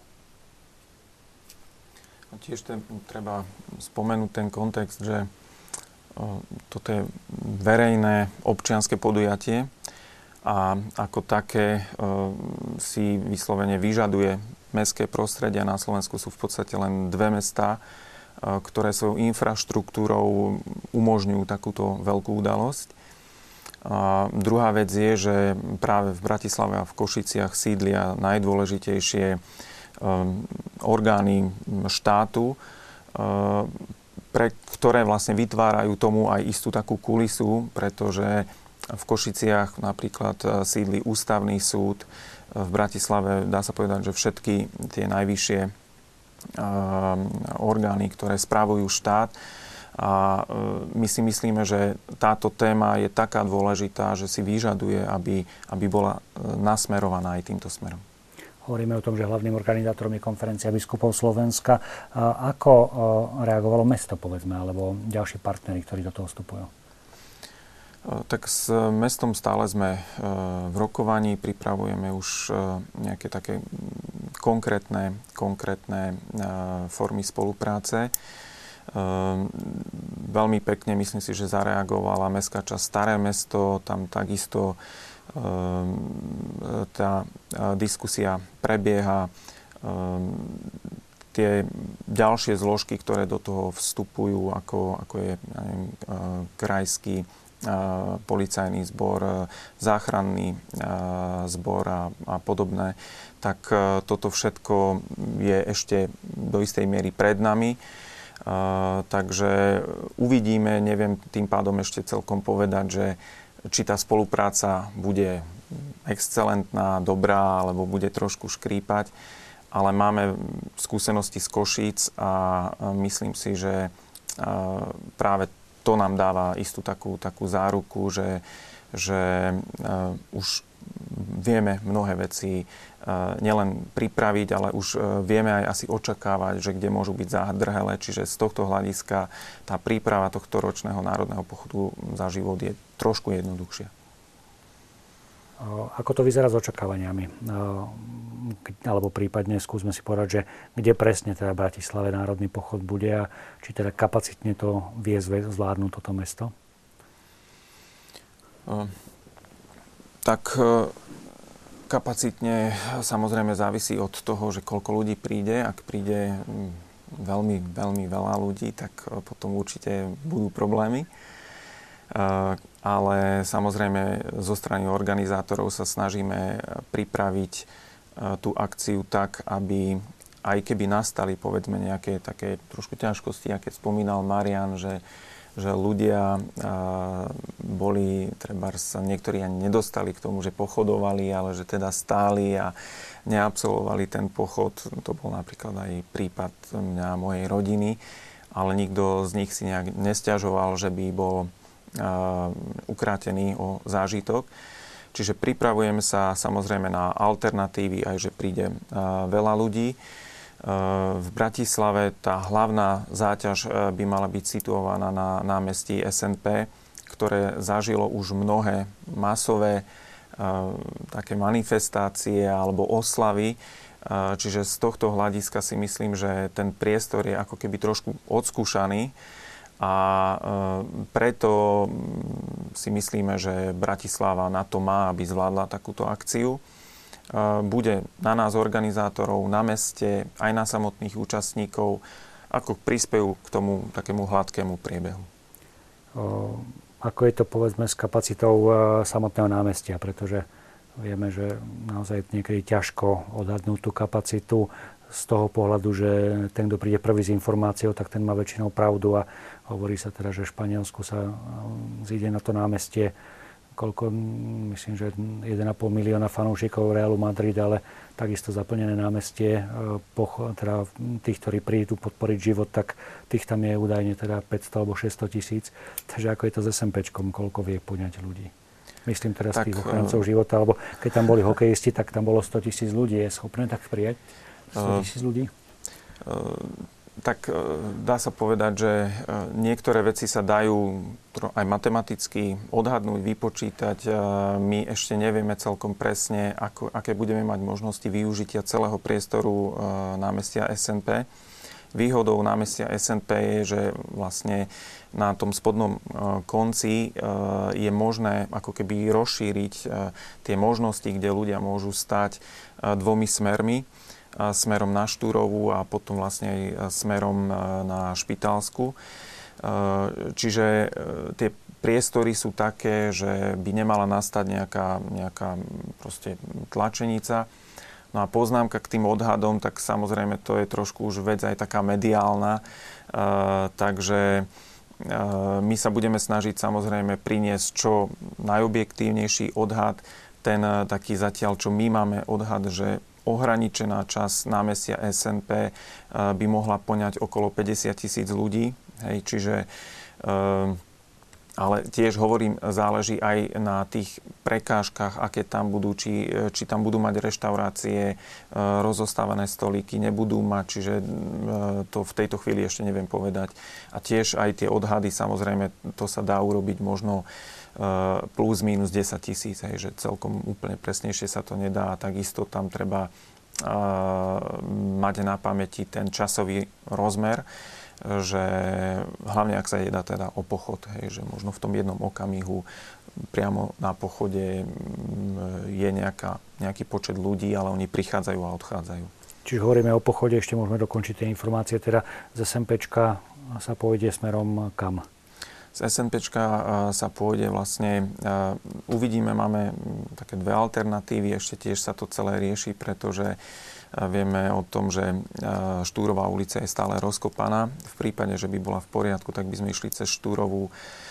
Tiež treba spomenúť ten kontext, že toto je verejné občianske podujatie a ako také si vyslovene vyžaduje mestské prostredia. Na Slovensku sú v podstate len 2 mestá, ktoré svojou infraštruktúrou umožňujú takúto veľkú udalosť. A druhá vec je, že práve v Bratislave a v Košiciach sídlia najdôležitejšie orgány štátu, pre ktoré vlastne vytvárajú tomu aj istú takú kulisu, pretože v Košiciach napríklad sídli ústavný súd, v Bratislave dá sa povedať, že všetky tie najvyššie orgány, ktoré spravujú štát. A my si myslíme, že táto téma je taká dôležitá, že si vyžaduje, aby bola nasmerovaná aj týmto smerom. Hovoríme o tom, že hlavným organizátorom je Konferencia biskupov Slovenska. Ako reagovalo mesto, povedzme, alebo ďalší partneri, ktorí do toho vstupujú? Tak s mestom stále sme v rokovaní, pripravujeme už nejaké také konkrétne formy spolupráce. Veľmi pekne, myslím si, že zareagovala mestská časť Staré mesto, tam takisto tá diskusia prebieha. Tie ďalšie zložky, ktoré do toho vstupujú, ako je krajský policajný zbor, záchranný zbor a podobné, tak toto všetko je ešte do istej miery pred nami. Takže uvidíme, neviem tým pádom ešte celkom povedať, že či tá spolupráca bude excelentná, dobrá, alebo bude trošku škrípať. Ale máme skúsenosti z Košíc a myslím si, že práve to nám dáva istú takú záruku, že už vieme mnohé veci nielen pripraviť, ale už vieme aj asi očakávať, že kde môžu byť zádrhele. Čiže z tohto hľadiska tá príprava tohto ročného národného pochodu za život je trošku jednoduchšia. Ako to vyzerá s očakávaniami? Alebo prípadne skúsme si povedať, že kde presne teda v Bratislave národný pochod bude a či teda kapacitne to vie zvládnuť toto mesto? Tak kapacitne samozrejme závisí od toho, že koľko ľudí príde. Ak príde veľmi, veľmi veľa ľudí, tak potom určite budú problémy. Ale samozrejme zo strany organizátorov sa snažíme pripraviť tú akciu tak, aby aj keby nastali povedzme nejaké také trošku ťažkosti, aké spomínal Marian, že ľudia boli, trebárs niektorí ani nedostali k tomu, že pochodovali, ale že teda stáli a neabsolvovali ten pochod. To bol napríklad aj prípad mňa a mojej rodiny, ale nikto z nich si nejak nesťažoval, že by bol ukrátený o zážitok. Čiže pripravujeme sa samozrejme na alternatívy, aj že príde veľa ľudí. V Bratislave tá hlavná záťaž by mala byť situovaná na námestí SNP, ktoré zažilo už mnohé masové také manifestácie alebo oslavy. Čiže z tohto hľadiska si myslím, že ten priestor je ako keby trošku odskúšaný. A preto si myslíme, že Bratislava na to má, aby zvládla takúto akciu. Bude na nás organizátorov, na meste, aj na samotných účastníkov, ako prispejú k tomu takému hladkému priebehu. Ako je to povedzme s kapacitou samotného námestia, pretože vieme, že naozaj niekedy ťažko odhadnúť tú kapacitu z toho pohľadu, že ten, kto príde prvý s informáciou, tak ten má väčšinou pravdu a hovorí sa teda, že v Španielsku sa zíde na to námestie koľko, myslím, že 1,5 milióna fanúšikov Realu Madrid, ale takisto zaplnené námestie, teda tých, ktorí prídu podporiť život, tak tých tam je údajne teda 500 alebo 600 tisíc. Takže ako je to s SMPčkom, koľko vie poňať ľudí? Myslím teraz tých ochrancov života, alebo keď tam boli hokejisti, tak tam bolo 100 000 ľudí. Je schopné tak prijať 100 000 ľudí? Tak dá sa povedať, že niektoré veci sa dajú aj matematicky odhadnúť, vypočítať. My ešte nevieme celkom presne, aké budeme mať možnosti využitia celého priestoru námestia SNP. Výhodou námestia SNP je, že vlastne na tom spodnom konci je možné ako keby rozšíriť tie možnosti, kde ľudia môžu stať dvomi smermi. Smerom na Štúrovú a potom vlastne aj smerom na Špitálsku. Čiže tie priestory sú také, že by nemala nastať nejaká proste tlačenica. No a poznámka k tým odhadom, tak samozrejme to je trošku už vec aj taká mediálna. Takže my sa budeme snažiť samozrejme priniesť čo najobjektívnejší odhad. Ten taký zatiaľ, čo my máme odhad, že ohraničená časť námestia SNP by mohla poňať okolo 50 000 ľudí. Hej, čiže, ale tiež hovorím, záleží aj na tých prekážkach, aké tam budú, či tam budú mať reštaurácie, rozostávané stolíky, nebudú mať, čiže to v tejto chvíli ešte neviem povedať. A tiež aj tie odhady, samozrejme, to sa dá urobiť možno plus minus 10 000, hej, že celkom úplne presnejšie sa to nedá. Takisto tam treba mať na pamäti ten časový rozmer, že hlavne ak sa jedná teda o pochod, hej, že možno v tom jednom okamihu priamo na pochode je nejaký počet ľudí, ale oni prichádzajú a odchádzajú. Čiže hovoríme o pochode, ešte môžeme dokončiť tie informácie, teda z SMPčka sa pôjde smerom kam? Z SNPčka sa pôjde vlastne, uvidíme, máme také dve alternatívy, ešte tiež sa to celé rieši, pretože vieme o tom, že Štúrová ulica je stále rozkopaná. V prípade, že by bola v poriadku, tak by sme išli cez Štúrovú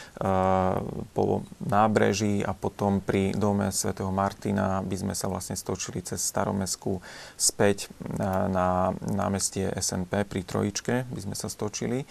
po nábreží a potom pri dome svätého Martina by sme sa vlastne stočili cez Staromestskú späť na námestie SNP pri Trojičke by sme sa stočili.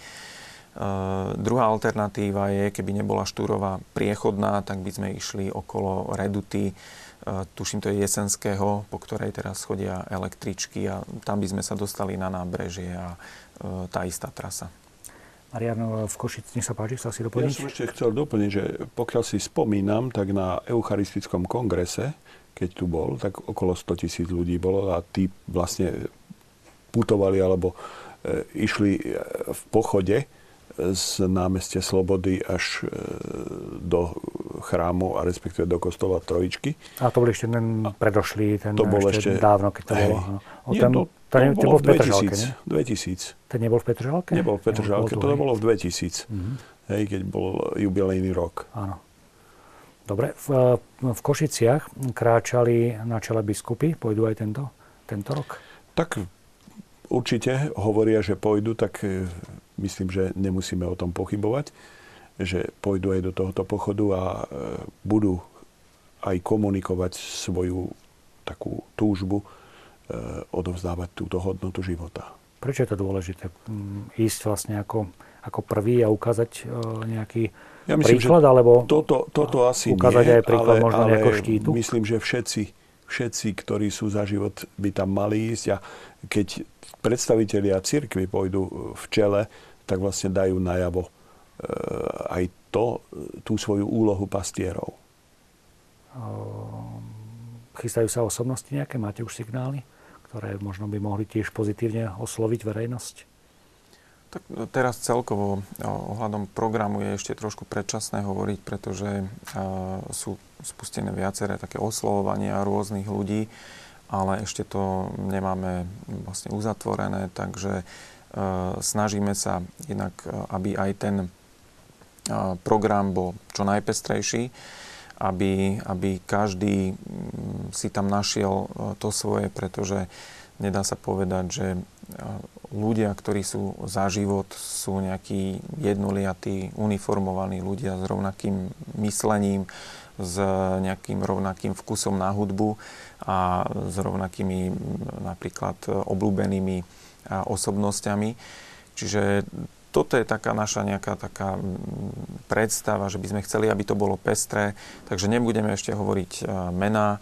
Druhá alternatíva je, keby nebola Štúrová priechodná, tak by sme išli okolo Reduty, tuším to je Jesenského, po ktorej teraz chodia električky a tam by sme sa dostali na nábrežie a tá istá trasa. Marian, v Košici, nech sa páči, chcel si doplniť? Ja som ešte chcel doplniť, že pokiaľ si spomínam, tak na Eucharistickom kongrese, keď tu bol, tak okolo 100 000 ľudí bolo a tí vlastne putovali alebo išli v pochode z námestia Slobody až do chrámu a respektíve do kostola Trojičky. A to bol ešte ten predošlý, ten to bol ešte dávno, keď to bolo. Nie, to bolo v 2000. Ten nebol v Petržalke? Nebol v Petržalke, to bolo v 2000. Hej, keď bol jubilejný rok. Áno. Dobre, v Košiciach kráčali na čele biskupy, pôjdu aj tento rok? Tak určite hovoria, že pôjdu, tak myslím, že nemusíme o tom pochybovať, že pôjdu aj do tohoto pochodu a budú aj komunikovať svoju takú túžbu odovzdávať túto hodnotu života. Prečo je to dôležité? Ísť vlastne ako prvý a ukázať nejaký príklad, alebo toto asi ukázať nie, aj príklad možno nejakého štítu? Myslím, že všetci, ktorí sú za život, by tam mali ísť a keď predstavitelia cirkvi pôjdu v čele, tak vlastne dajú najavo aj tú svoju úlohu pastierov. Chystajú sa osobnosti nejaké? Máte už signály, ktoré možno by mohli tiež pozitívne osloviť verejnosť? Tak teraz celkovo ohľadom programu je ešte trošku predčasné hovoriť, pretože sú spustené viaceré také oslovovania rôznych ľudí, ale ešte to nemáme vlastne uzatvorené, takže snažíme sa inak, aby aj ten program bol čo najpestrejší, aby každý si tam našiel to svoje, pretože nedá sa povedať, že ľudia, ktorí sú za život, sú nejakí jednoliatí, uniformovaní ľudia s rovnakým myslením, s nejakým rovnakým vkusom na hudbu a s rovnakými napríklad obľúbenými osobnosťami. Čiže toto je taká naša nejaká taká predstava, že by sme chceli, aby to bolo pestré, takže nebudeme ešte hovoriť mená,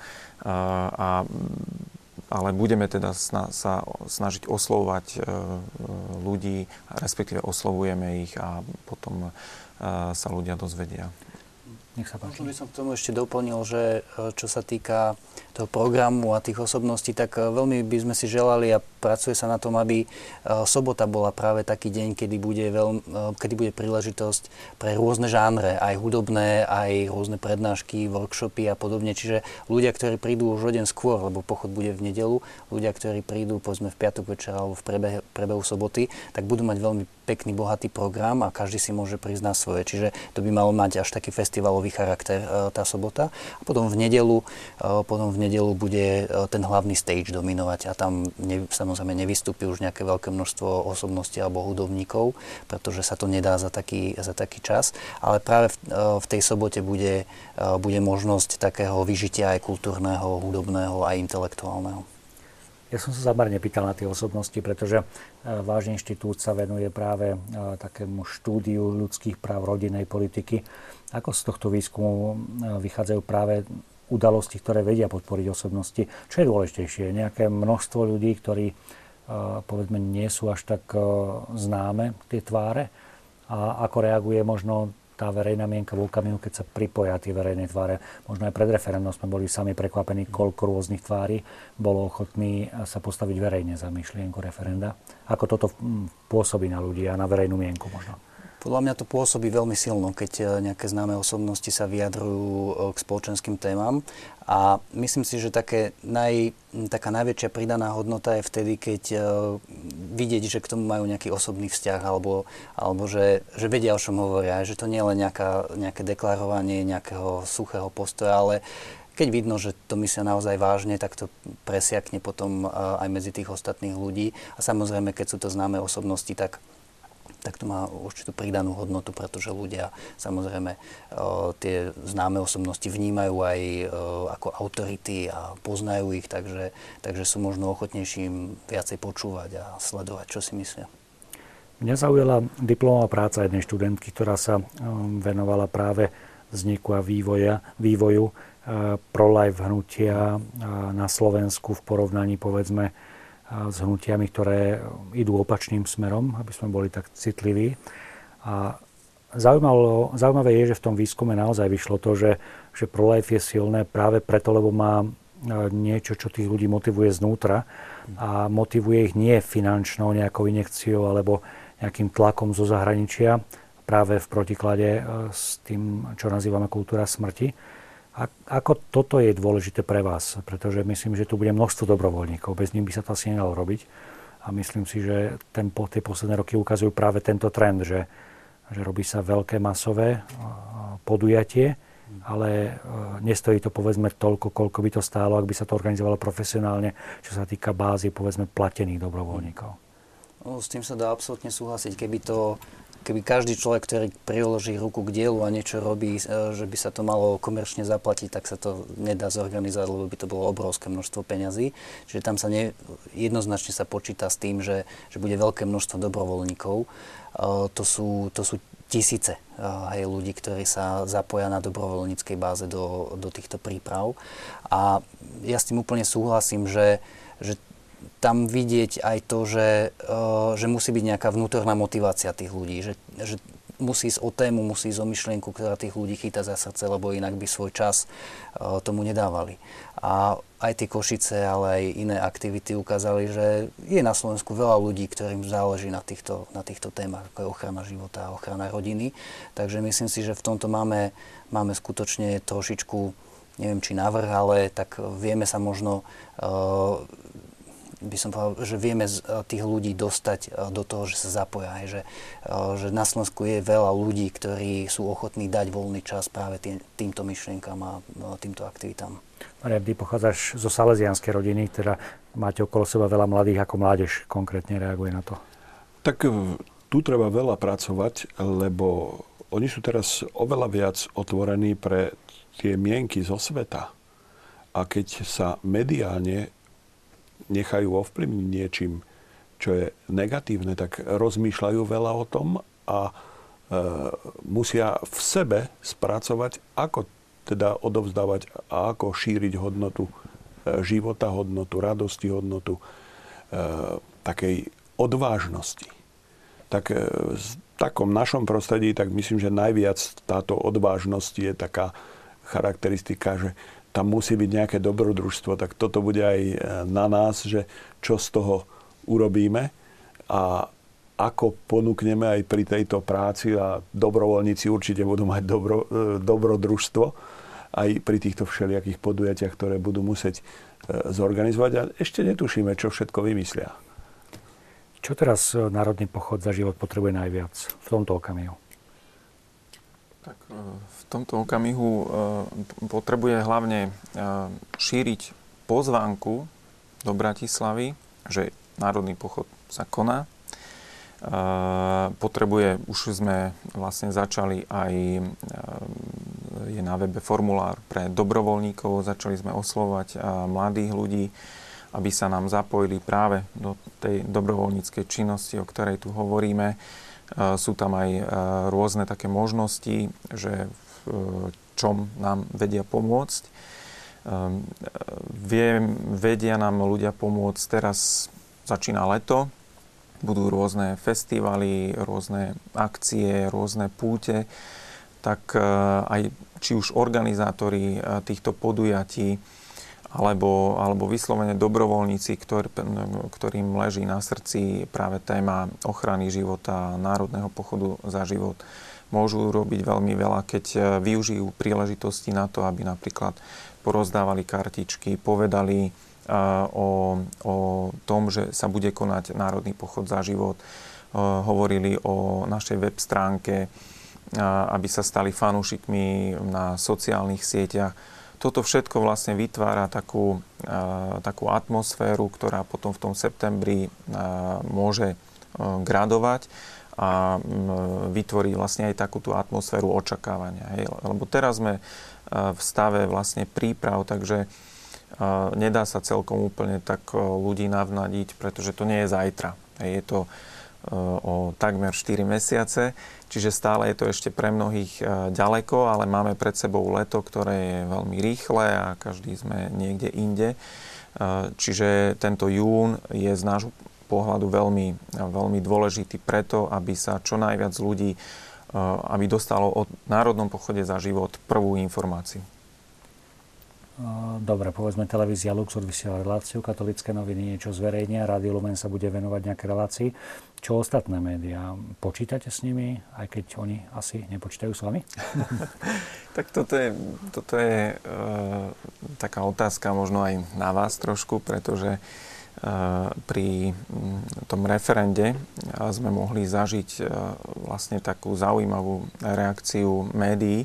ale budeme teda sa snažiť oslovovať ľudí, respektíve oslovujeme ich a potom sa ľudia dozvedia. Nech sa páči. Možno by som k tomu ešte doplnil, že čo sa týka toho programu a tých osobností, tak veľmi by sme si želali a pracuje sa na tom, aby sobota bola práve taký deň, kedy bude príležitosť pre rôzne žánre, aj hudobné, aj rôzne prednášky, workshopy a podobne. Čiže ľudia, ktorí prídu už o deň skôr, lebo pochod bude v nedeľu, ľudia, ktorí prídu povedzme v piatok večer alebo v prebehu soboty, tak budú mať veľmi pekný, bohatý program a každý si môže prísť na svoje. Čiže to by malo mať až taký festivalový charakter tá sobota. A potom v nedeľu bude ten hlavný stage dominovať a tam samozrejme nevystúpi už nejaké veľké množstvo osobností alebo hudobníkov, pretože sa to nedá za taký čas. Ale práve v tej sobote bude možnosť takého vyžitia aj kultúrneho, hudobného, aj intelektuálneho. Ja som sa zámerne pýtal na tie osobnosti, pretože váš inštitút sa venuje práve takému štúdiu ľudských práv, rodinnej politiky. Ako z tohto výskumu vychádzajú práve udalosti, ktoré vedia podporiť osobnosti? Čo je dôležitejšie? Nejaké množstvo ľudí, ktorí povedzme nie sú až tak známe, tie tváre? A ako reaguje možno tá verejná mienka v okamihu, keď sa pripoja tie verejné tváre? Možno aj pred referendum sme boli sami prekvapení, koľko rôznych tvári bolo ochotní sa postaviť verejne za myšlienku referenda. Ako toto pôsobí na ľudí a na verejnú mienku možno? Podľa mňa to pôsobí veľmi silno, keď nejaké známe osobnosti sa vyjadrujú k spoločenským témam. A myslím si, že taká najväčšia pridaná hodnota je vtedy, keď vidieť, že k tomu majú nejaký osobný vzťah, alebo že vedia, o čom hovoria. Že to nie je len nejaké deklarovanie nejakého suchého postoja, ale keď vidno, že to myslia naozaj vážne, tak to presiakne potom aj medzi tých ostatných ľudí. A samozrejme, keď sú to známe osobnosti, tak to má určitú pridanú hodnotu, pretože ľudia samozrejme tie známe osobnosti vnímajú aj ako autority a poznajú ich, takže sú možno ochotnejší im viacej počúvať a sledovať, čo si myslia. Mňa zaujala diplomová práca jednej študentky, ktorá sa venovala práve vzniku a vývoju pro-life hnutia na Slovensku v porovnaní, povedzme, s hnutiami, ktoré idú opačným smerom, aby sme boli tak citliví. A zaujímavé je, že v tom výskume naozaj vyšlo to, že pro-life je silné práve preto, lebo má niečo, čo tých ľudí motivuje znútra a motivuje ich nie finančnou nejakou injekciou alebo nejakým tlakom zo zahraničia, práve v protiklade s tým, čo nazývame kultúra smrti. Ako toto je dôležité pre vás? Pretože myslím, že tu bude množstvo dobrovoľníkov. Bez nich by sa to asi nedalo robiť. A myslím si, že tie posledné roky ukazujú práve tento trend, že robí sa veľké masové podujatie, ale nestojí to povedzme toľko, koľko by to stálo, ak by sa to organizovalo profesionálne, čo sa týka bázy povedzme platených dobrovoľníkov. S tým sa dá absolútne súhlasiť. Keby každý človek, ktorý priloží ruku k dielu a niečo robí, že by sa to malo komerčne zaplatiť, tak sa to nedá zorganizovať, lebo by to bolo obrovské množstvo peňazí. Čiže tam sa jednoznačne sa počíta s tým, že bude veľké množstvo dobrovoľníkov. To sú tisíce ľudí, ktorí sa zapoja na dobrovoľníckej báze do týchto príprav. A ja s tým úplne súhlasím, že tam vidieť aj to, že musí byť nejaká vnútorná motivácia tých ľudí, že musí ísť o tému, musí ísť o myšlienku, ktorá tých ľudí chytá za srdce, lebo inak by svoj čas tomu nedávali. A aj tie Košice, ale aj iné aktivity ukázali, že je na Slovensku veľa ľudí, ktorým záleží na týchto témach, ako je ochrana života a ochrana rodiny. Takže myslím si, že v tomto máme skutočne trošičku, neviem či navrh, ale tak vieme sa možno by som povedal, že vieme tých ľudí dostať do toho, že sa zapoja. Že na Slovensku je veľa ľudí, ktorí sú ochotní dať voľný čas práve týmto myšlienkam a týmto aktivitám. Maria, ty pochádzaš zo salesianskej rodiny, teda máte okolo seba veľa mladých, ako mládež konkrétne reaguje na to? Tak tu treba veľa pracovať, lebo oni sú teraz oveľa viac otvorení pre tie mienky zo sveta. A keď sa mediálne nechajú ovplyvniť niečím, čo je negatívne, tak rozmýšľajú veľa o tom a musia v sebe spracovať, ako teda odovzdávať a ako šíriť hodnotu života, hodnotu radosti, hodnotu takej odvážnosti. Tak v takom našom prostredí, tak myslím, že najviac táto odvážnosť je taká charakteristika, že tam musí byť nejaké dobrodružstvo, tak toto bude aj na nás, že čo z toho urobíme a ako ponúkneme aj pri tejto práci a dobrovoľníci určite budú mať dobrodružstvo aj pri týchto všelijakých podujatiach, ktoré budú musieť zorganizovať a ešte netušíme, čo všetko vymyslia. Čo teraz Národný pochod za život potrebuje najviac v tomto okamihu? Tak v tomto okamihu potrebuje hlavne šíriť pozvánku do Bratislavy, že Národný pochod sa koná. Potrebuje, už sme vlastne začali aj, je na webe formulár pre dobrovoľníkov, začali sme oslovať mladých ľudí, aby sa nám zapojili práve do tej dobrovoľníckej činnosti, o ktorej tu hovoríme. Sú tam aj rôzne také možnosti, že v čom nám vedia pomôcť. Vedia nám ľudia pomôcť, teraz začína leto, budú rôzne festivaly, rôzne akcie, rôzne púte, tak aj či už organizátori týchto podujatí alebo vyslovene dobrovoľníci, ktorým leží na srdci práve téma ochrany života, národného pochodu za život, môžu robiť veľmi veľa, keď využijú príležitosti na to, aby napríklad porozdávali kartičky, povedali o tom, že sa bude konať Národný pochod za život, hovorili o našej web stránke, aby sa stali fanúšikmi na sociálnych sieťach. Toto všetko vlastne vytvára takú atmosféru, ktorá potom v tom septembri môže gradovať a vytvorí vlastne aj takúto atmosféru očakávania. Hej. Lebo teraz sme v stave vlastne príprav, takže nedá sa celkom úplne tak ľudí navnadiť, pretože to nie je zajtra. Je to o takmer 4 mesiace, čiže stále je to ešte pre mnohých ďaleko, ale máme pred sebou leto, ktoré je veľmi rýchle a každý sme niekde inde. Čiže tento jún je z nášho pohľadu veľmi dôležitý preto, aby sa čo najviac ľudí aby dostalo o Národnom pochode za život prvú informáciu. Dobre, povedzme, televízia Lux odvysiela reláciu, Katolícke noviny niečo zverejnia, Rádio Lumen sa bude venovať nejaké relácii. Čo ostatné médiá? Počítate s nimi, aj keď oni asi nepočítajú s vami? Tak toto je taká otázka možno aj na vás trošku, pretože pri tom referende sme mohli zažiť vlastne takú zaujímavú reakciu médií,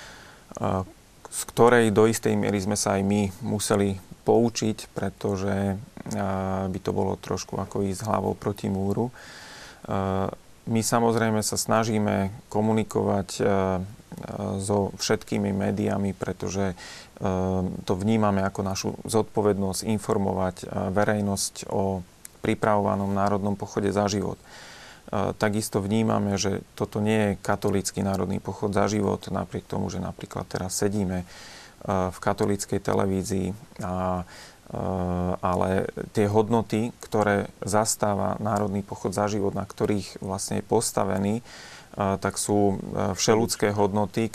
z ktorej do istej miery sme sa aj my museli poučiť, pretože by to bolo trošku ako ísť hlavou proti múru. My samozrejme sa snažíme komunikovať so všetkými médiami, pretože to vnímame ako našu zodpovednosť informovať verejnosť o pripravovanom Národnom pochode za život. Takisto vnímame, že toto nie je katolícky Národný pochod za život, napriek tomu, že napríklad teraz sedíme v katolíckej televízii, ale tie hodnoty, ktoré zastáva Národný pochod za život, na ktorých vlastne je postavený, tak sú všeľudské hodnoty,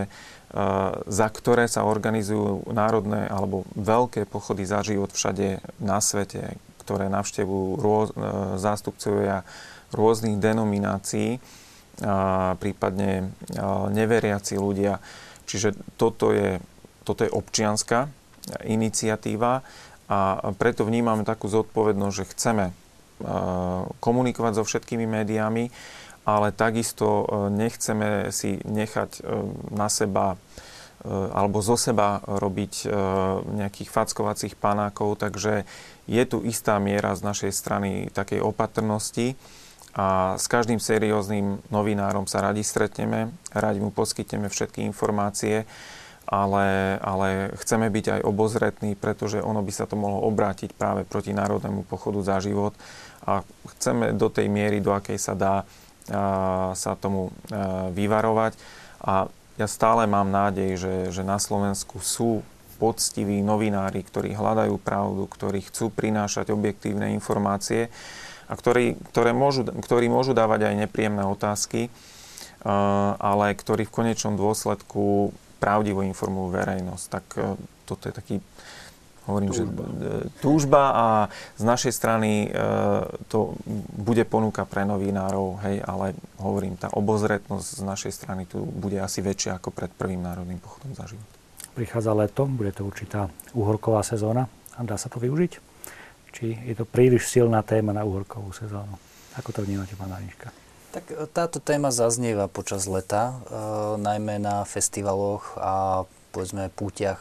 za ktoré sa organizujú národné alebo veľké pochody za život všade na svete, ktoré navštevujú zástupcovia rôznych denominácií, prípadne neveriaci ľudia. Čiže toto je občianska iniciatíva a preto vnímame takú zodpovednosť, že chceme komunikovať so všetkými médiami, ale takisto nechceme si nechať na seba alebo zo seba robiť nejakých fackovacích panákov, takže je tu istá miera z našej strany takej opatrnosti a s každým serióznym novinárom sa radi stretneme, radi mu poskytneme všetky informácie, ale chceme byť aj obozretní, pretože ono by sa to mohlo obrátiť práve proti Národnému pochodu za život a chceme do tej miery, do akej sa dá, sa tomu vyvarovať. A ja stále mám nádej, že na Slovensku sú poctiví novinári, ktorí hľadajú pravdu, ktorí chcú prinášať objektívne informácie a ktorí môžu dávať aj nepríjemné otázky, ale ktorí v konečnom dôsledku pravdivo informujú verejnosť. Tak toto je taký, hovorím, že túžba a z našej strany to bude ponuka pre novinárov, hej, ale hovorím, tá obozretnosť z našej strany tu bude asi väčšia ako pred prvým Národným pochodom za život. Prichádza leto, bude to určitá uhorková sezóna a dá sa to využiť? Či je to príliš silná téma na uhorkovú sezónu? Ako to vnímate, pán Aniška? Tak táto téma zaznieva počas leta, najmä na festivaloch a povedzme púťach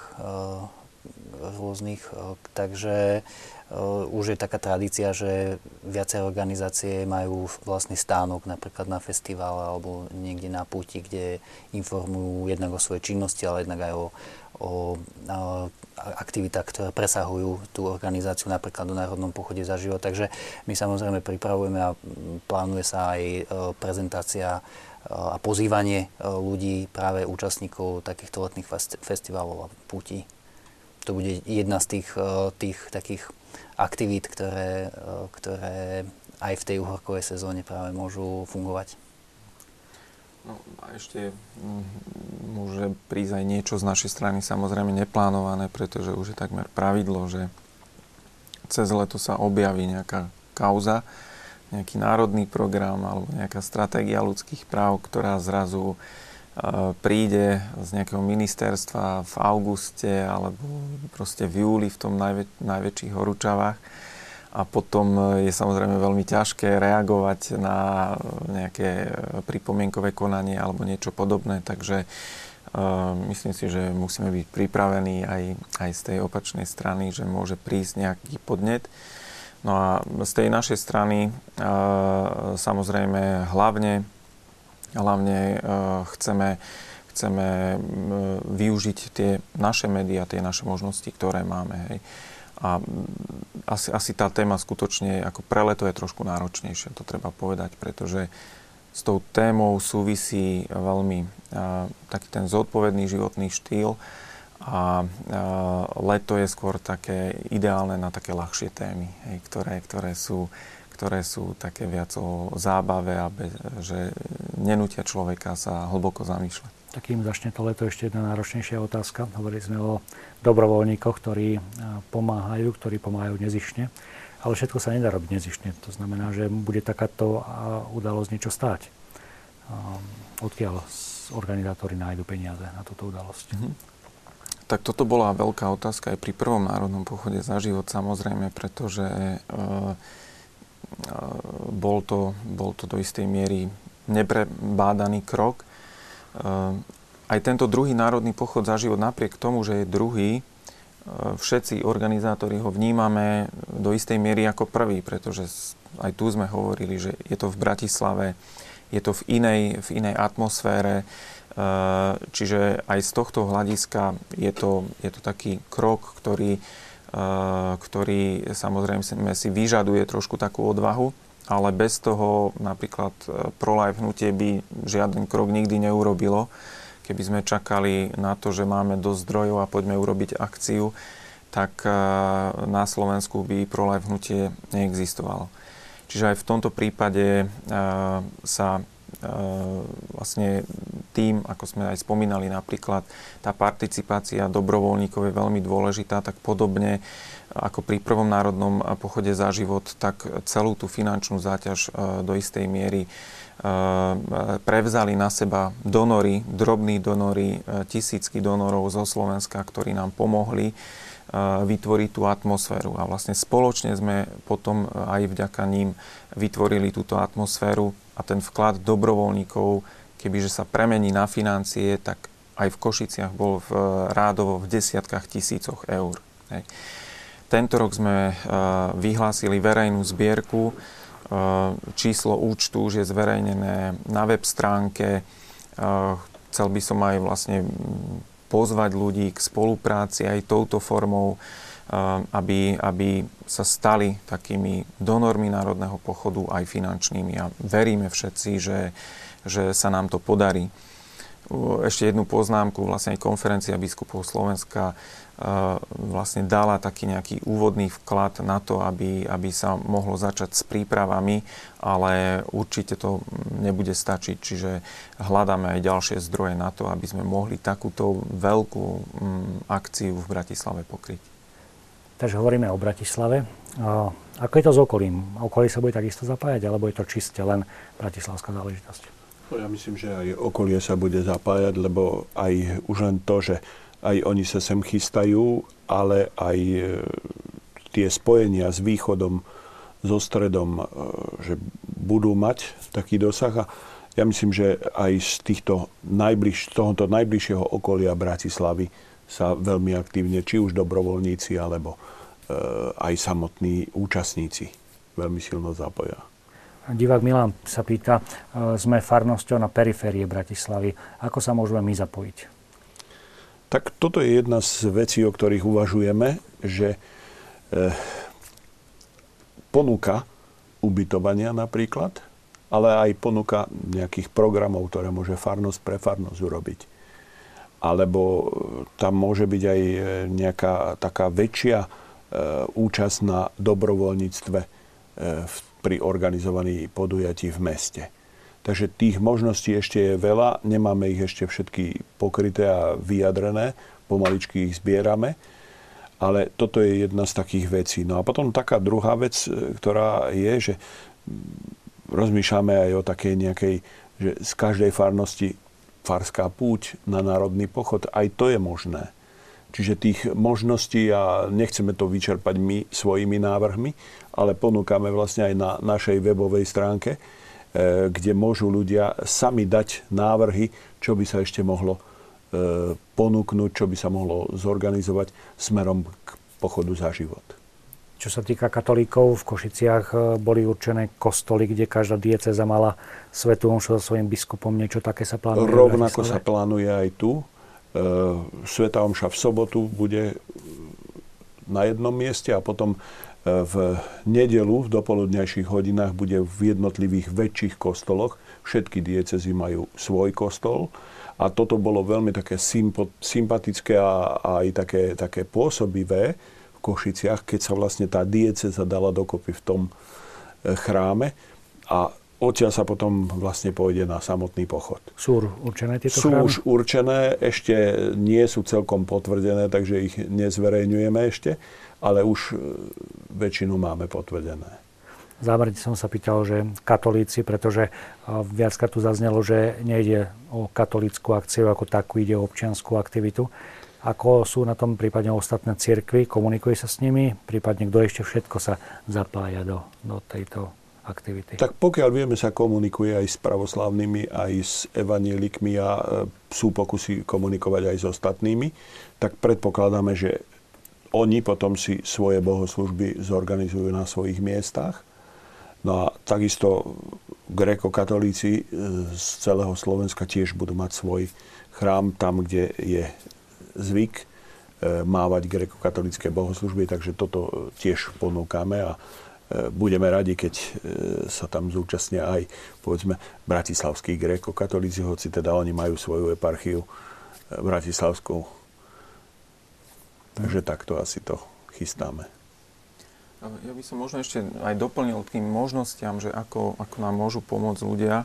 rôznych, takže už je taká tradícia, že viaceré organizácie majú vlastný stánok napríklad na festivale alebo niekde na púti, kde informujú jednak o svojej činnosti, ale jednak aj o aktivitách, ktoré presahujú tú organizáciu napríklad do Národnom pochode za život. Takže my samozrejme pripravujeme a plánuje sa aj prezentácia a pozývanie ľudí, práve účastníkov takýchto letných festivalov a pútí. To bude jedna z tých takých aktivít, ktoré aj v tej uhorkovej sezóne práve môžu fungovať. No, a ešte môže prísť aj niečo z našej strany, samozrejme neplánované, pretože už je takmer pravidlo, že cez leto sa objaví nejaká kauza, nejaký národný program alebo nejaká stratégia ľudských práv, ktorá zrazu príde z nejakého ministerstva v auguste alebo proste v júli v tom najväčších horúčavách a potom je samozrejme veľmi ťažké reagovať na nejaké pripomienkové konanie alebo niečo podobné, takže myslím si, že musíme byť pripravení aj z tej opačnej strany, že môže prísť nejaký podnet. No a z tej našej strany samozrejme hlavne chceme využiť tie naše médiá, tie naše možnosti, ktoré máme. Hej. A asi tá téma skutočne ako pre leto je trošku náročnejšia, to treba povedať, pretože s tou témou súvisí veľmi taký ten zodpovedný životný štýl a leto je skôr také ideálne na také ľahšie témy, hej, ktoré sú také viac o zábave a že nenútia človeka sa hlboko zamýšľať. Takým začne to leto ešte jedna náročnejšia otázka. Hovorili sme o dobrovoľníkoch, ktorí pomáhajú nezištne, ale všetko sa nedá robiť nezištne. To znamená, že bude takáto udalosť niečo stáť. Odkiaľ organizátori nájdu peniaze na túto udalosť? Tak toto bola veľká otázka aj pri prvom národnom pochode za život, samozrejme, pretože bol to do istej miery neprebádaný krok. Aj tento druhý národný pochod za život, napriek tomu, že je druhý, všetci organizátori ho vnímame do istej miery ako prvý, pretože aj tu sme hovorili, že je to v Bratislave, je to v inej atmosfére, čiže aj z tohto hľadiska je to taký krok, ktorý samozrejme si vyžaduje trošku takú odvahu, ale bez toho napríklad pro-life hnutie by žiaden krok nikdy neurobilo. Keby sme čakali na to, že máme dosť zdrojov a poďme urobiť akciu, tak na Slovensku by pro-life hnutie neexistovalo. Čiže aj v tomto prípade sa vlastne tým, ako sme aj spomínali napríklad, tá participácia dobrovoľníkov je veľmi dôležitá, tak podobne ako pri prvom národnom pochode za život, tak celú tú finančnú záťaž do istej miery prevzali na seba donory, drobní donory, tisícky donorov zo Slovenska, ktorí nám pomohli vytvoriť tú atmosféru. A vlastne spoločne sme potom aj vďaka ním vytvorili túto atmosféru a ten vklad dobrovoľníkov, kebyže sa premení na financie, tak aj v Košiciach bol rádovo v desiatkách tisícoch eur. Hej. Tento rok sme vyhlásili verejnú zbierku. Číslo účtu už je zverejnené na web stránke. Chcel by som aj vlastne pozvať ľudí k spolupráci aj touto formou, aby sa stali takými donormi Národného pochodu aj finančnými. A veríme všetci, že sa nám to podarí. Ešte jednu poznámku, vlastne aj Konferencia biskupov Slovenska vlastne dala taký nejaký úvodný vklad na to, aby sa mohlo začať s prípravami, ale určite to nebude stačiť, čiže hľadáme aj ďalšie zdroje na to, aby sme mohli takúto veľkú akciu v Bratislave pokryť. Takže hovoríme o Bratislave. Ako je to s okolím? Okolie sa bude takisto zapájať, alebo je to čiste len bratislavská záležitosť? Ja myslím, že aj okolie sa bude zapájať, lebo aj už len to, že aj oni sa sem chystajú, ale aj tie spojenia s východom, so stredom, že budú mať taký dosah. A ja myslím, že aj z tohoto najbližšieho okolia Bratislavy sa veľmi aktívne, či už dobrovoľníci, alebo aj samotní účastníci veľmi silno zapoja. Divák Milan sa pýta, sme farnosťou na periférie Bratislavy. Ako sa môžeme my zapojiť? Tak toto je jedna z vecí, o ktorých uvažujeme, že ponuka ubytovania napríklad, ale aj ponuka nejakých programov, ktoré môže farnosť pre farnosť urobiť. Alebo tam môže byť aj nejaká taká väčšia účasť na dobrovoľníctve pri organizovaní podujatí v meste. Takže tých možností ešte je veľa, nemáme ich ešte všetky pokryté a vyjadrené, pomaličky ich zbierame, ale toto je jedna z takých vecí. No a potom taká druhá vec, ktorá je, že rozmýšľame aj o takej nejakej, že z každej farnosti farská púť na národný pochod, aj to je možné. Čiže tých možností, a nechceme to vyčerpať my svojimi návrhmi, ale ponúkame vlastne aj na našej webovej stránke, kde môžu ľudia sami dať návrhy, čo by sa ešte mohlo ponúknuť, čo by sa mohlo zorganizovať smerom k pochodu za život. Čo sa týka katolíkov, v Košiciach boli určené kostoly, kde každá diecéza mala svätú omšu so svojím biskupom. Niečo také sa plánuje? Rovnako sa plánuje aj tu. Svätá omša v sobotu bude na jednom mieste a potom v nedeľu v dopoludňajších hodinách bude v jednotlivých väčších kostoloch. Všetky diecézy majú svoj kostol a toto bolo veľmi také sympatické a aj také pôsobivé v Košiciach, keď sa vlastne tá diecéza dala dokopy v tom chráme a odtiaľ sa potom vlastne pôjde na samotný pochod. Sú určené tieto chrámy? Sú už určené, ešte nie sú celkom potvrdené, takže ich nezverejňujeme ešte, ale už väčšinu máme potvrdené. Zámerne som sa pýtal, že katolíci, pretože viackrát tu zaznelo, že nejde o katolícku akciu ako takú, ide o občiansku aktivitu. Ako sú na tom prípadne ostatné cirkvi, komunikuje sa s nimi, prípadne kto ešte všetko sa zapája do tejto aktivity? Tak pokiaľ vieme, sa komunikuje aj s pravoslávnymi, aj s evanielikmi a sú pokusy komunikovať aj s ostatnými, tak predpokladáme, že oni potom si svoje bohoslúžby zorganizujú na svojich miestach. No a takisto grékokatolíci z celého Slovenska tiež budú mať svoj chrám tam, kde je zvyk mávať grékokatolícke bohoslúžby, takže toto tiež ponúkame a budeme radi, keď sa tam zúčastnia aj, povedzme, bratislavskí grékokatolíci, hoci teda oni majú svoju eparchiu bratislavskú. Takže takto asi to chystáme. Ja by som možno ešte aj doplnil k tým možnostiam, že ako nám môžu pomôcť ľudia.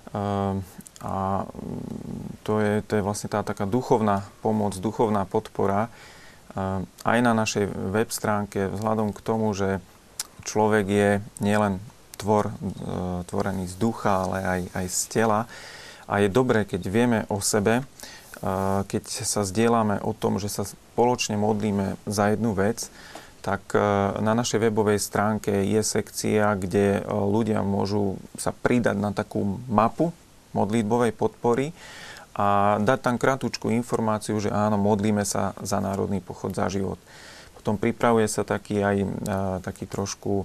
A to je vlastne tá taká duchovná pomoc, duchovná podpora. Aj na našej web stránke, vzhľadom k tomu, že človek je nielen tvorený z ducha, ale aj z tela. A je dobré, keď vieme o sebe, keď sa zdieľame o tom, že sa spoločne modlíme za jednu vec, tak na našej webovej stránke je sekcia, kde ľudia môžu sa pridať na takú mapu modlitbovej podpory a dať tam krátku informáciu, že áno, modlíme sa za Národný pochod za život. Potom pripravuje sa taký trošku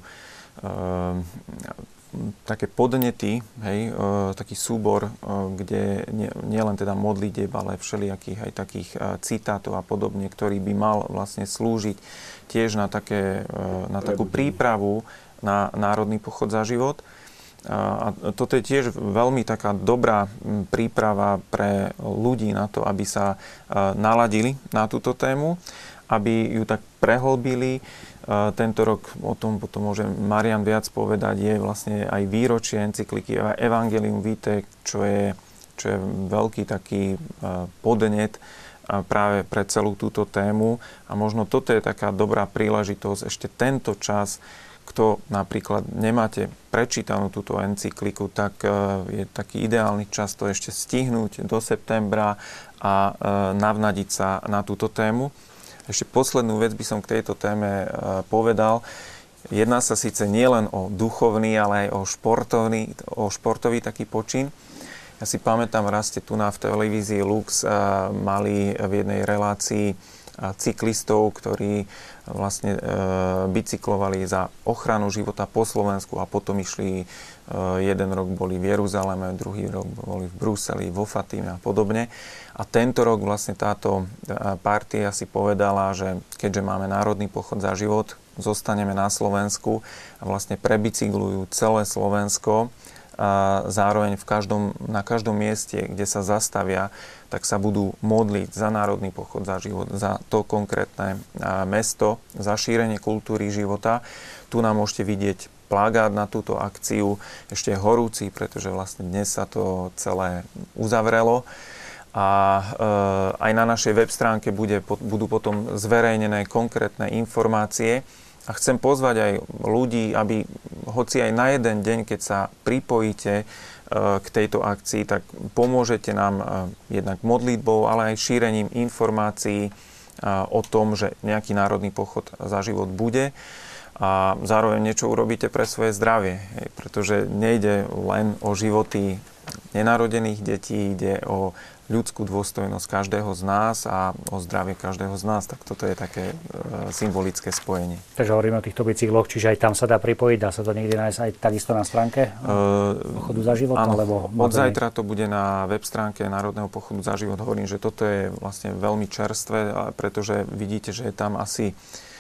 také podnety, taký súbor, kde nielen teda modlitieb, ale všelijakých aj takých citátov a podobne, ktorý by mal vlastne slúžiť tiež na takú prípravu na Národný pochod za život. A toto je tiež veľmi taká dobrá príprava pre ľudí na to, aby sa naladili na túto tému, aby ju tak prehlbili. Tento rok, o tom potom môže Marian viac povedať, je vlastne aj výročie encykliky Evangelium Vitae, čo je veľký taký podnet práve pre celú túto tému. A možno toto je taká dobrá príležitosť ešte tento čas, kto napríklad nemáte prečítanú túto encykliku, tak je taký ideálny čas to ešte stihnúť do septembra a navnadiť sa na túto tému. Ešte poslednú vec by som k tejto téme povedal. Jedná sa síce nielen o duchovný, ale aj o športový taký počin. Ja si pamätám, raz ste tu v televízii Lux mali v jednej relácii cyklistov, ktorí vlastne bicyklovali za ochranu života po Slovensku a potom išli, jeden rok boli v Jeruzaleme, druhý rok boli v Bruseli, vo Fatime a podobne. A tento rok vlastne táto partia si povedala, že keďže máme Národný pochod za život, zostaneme na Slovensku a vlastne prebicyklujú celé Slovensko a zároveň na každom mieste, kde sa zastavia, tak sa budú modliť za Národný pochod za život, za to konkrétne mesto, za šírenie kultúry života. Tu nám môžete vidieť plagát na túto akciu, ešte je horúci, pretože vlastne dnes sa to celé uzavrelo. A aj na našej web stránke budú potom zverejnené konkrétne informácie. A chcem pozvať aj ľudí, aby hoci aj na jeden deň, keď sa pripojíte k tejto akcii, tak pomôžete nám jednak modlitbou, ale aj šírením informácií o tom, že nejaký národný pochod za život bude. A zároveň niečo urobíte pre svoje zdravie, pretože nejde len o životy nenarodených detí, ide o ľudskú dôstojnosť každého z nás a o zdravie každého z nás. Tak toto je také symbolické spojenie. Takže hovoríme o týchto bicykloch, čiže aj tam sa dá pripojiť, dá sa to niekde nájsť aj takisto na stránke Pochodu za život? Áno, alebo od zajtra to bude na web stránke Národného pochodu za život. Hovorím, že toto je vlastne veľmi čerstvé, pretože vidíte, že je tam asi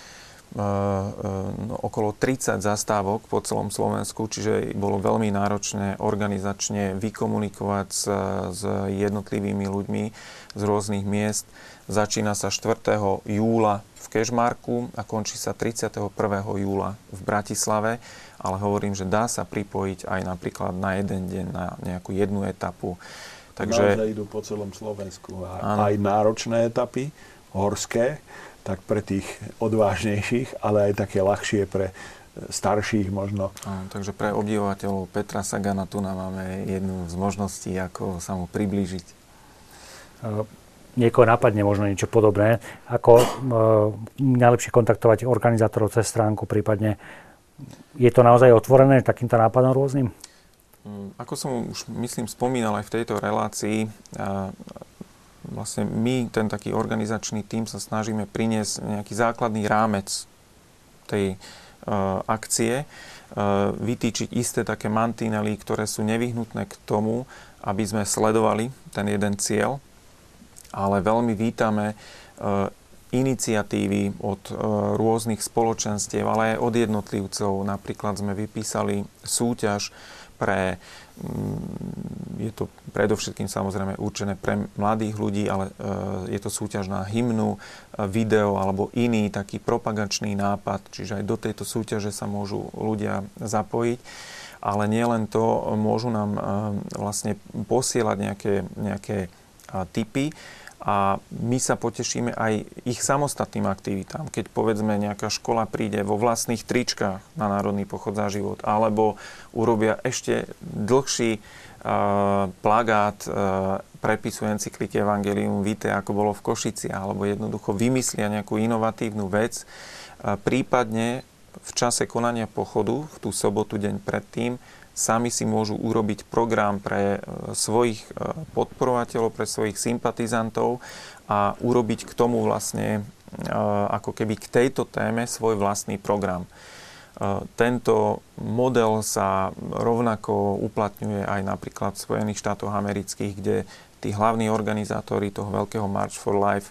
okolo 30 zastávok po celom Slovensku, čiže bolo veľmi náročné organizačne vykomunikovať s jednotlivými ľuďmi z rôznych miest. Začína sa 4. júla v Kežmarku a končí sa 31. júla v Bratislave, ale hovorím, že dá sa pripojiť aj napríklad na jeden deň, na nejakú jednu etapu. Takže naozaj idú po celom Slovensku a aj náročné etapy, horské, tak pre tých odvážnejších, ale aj také ľahšie pre starších možno. Takže pre obdivovateľov Petra Sagana tu máme jednu z možností, ako sa mu priblížiť. Niekoho napadne možno niečo podobné. Ako najlepšie kontaktovať organizátorov cez stránku, prípadne je to naozaj otvorené takýmto nápadom rôznym? Ako som už, myslím, spomínal aj v tejto relácii, vlastne my, ten taký organizačný tím, sa snažíme priniesť nejaký základný rámec tej akcie, vytýčiť isté také mantinely, ktoré sú nevyhnutné k tomu, aby sme sledovali ten jeden cieľ, ale veľmi vítame iniciatívy od rôznych spoločenstiev, ale aj od jednotlivcov. Napríklad sme vypísali súťaž je to predovšetkým samozrejme určené pre mladých ľudí, ale je to súťaž na hymnu, video alebo iný taký propagačný nápad, čiže aj do tejto súťaže sa môžu ľudia zapojiť. Ale nielen to, môžu nám vlastne posielať nejaké tipy a my sa potešíme aj ich samostatným aktivitám. Keď povedzme nejaká škola príde vo vlastných tričkách na Národný pochod za život, alebo urobia ešte dlhší plagát prepisu encykliky Evangelium Vitae, ako bolo v Košici, alebo jednoducho vymyslia nejakú inovatívnu vec, prípadne v čase konania pochodu, v tú sobotu, deň predtým, sami si môžu urobiť program pre svojich podporovateľov, pre svojich sympatizantov a urobiť k tomu vlastne ako keby k tejto téme svoj vlastný program. Tento model sa rovnako uplatňuje aj napríklad v Spojených štátoch amerických, kde tí hlavní organizátori toho veľkého March for Life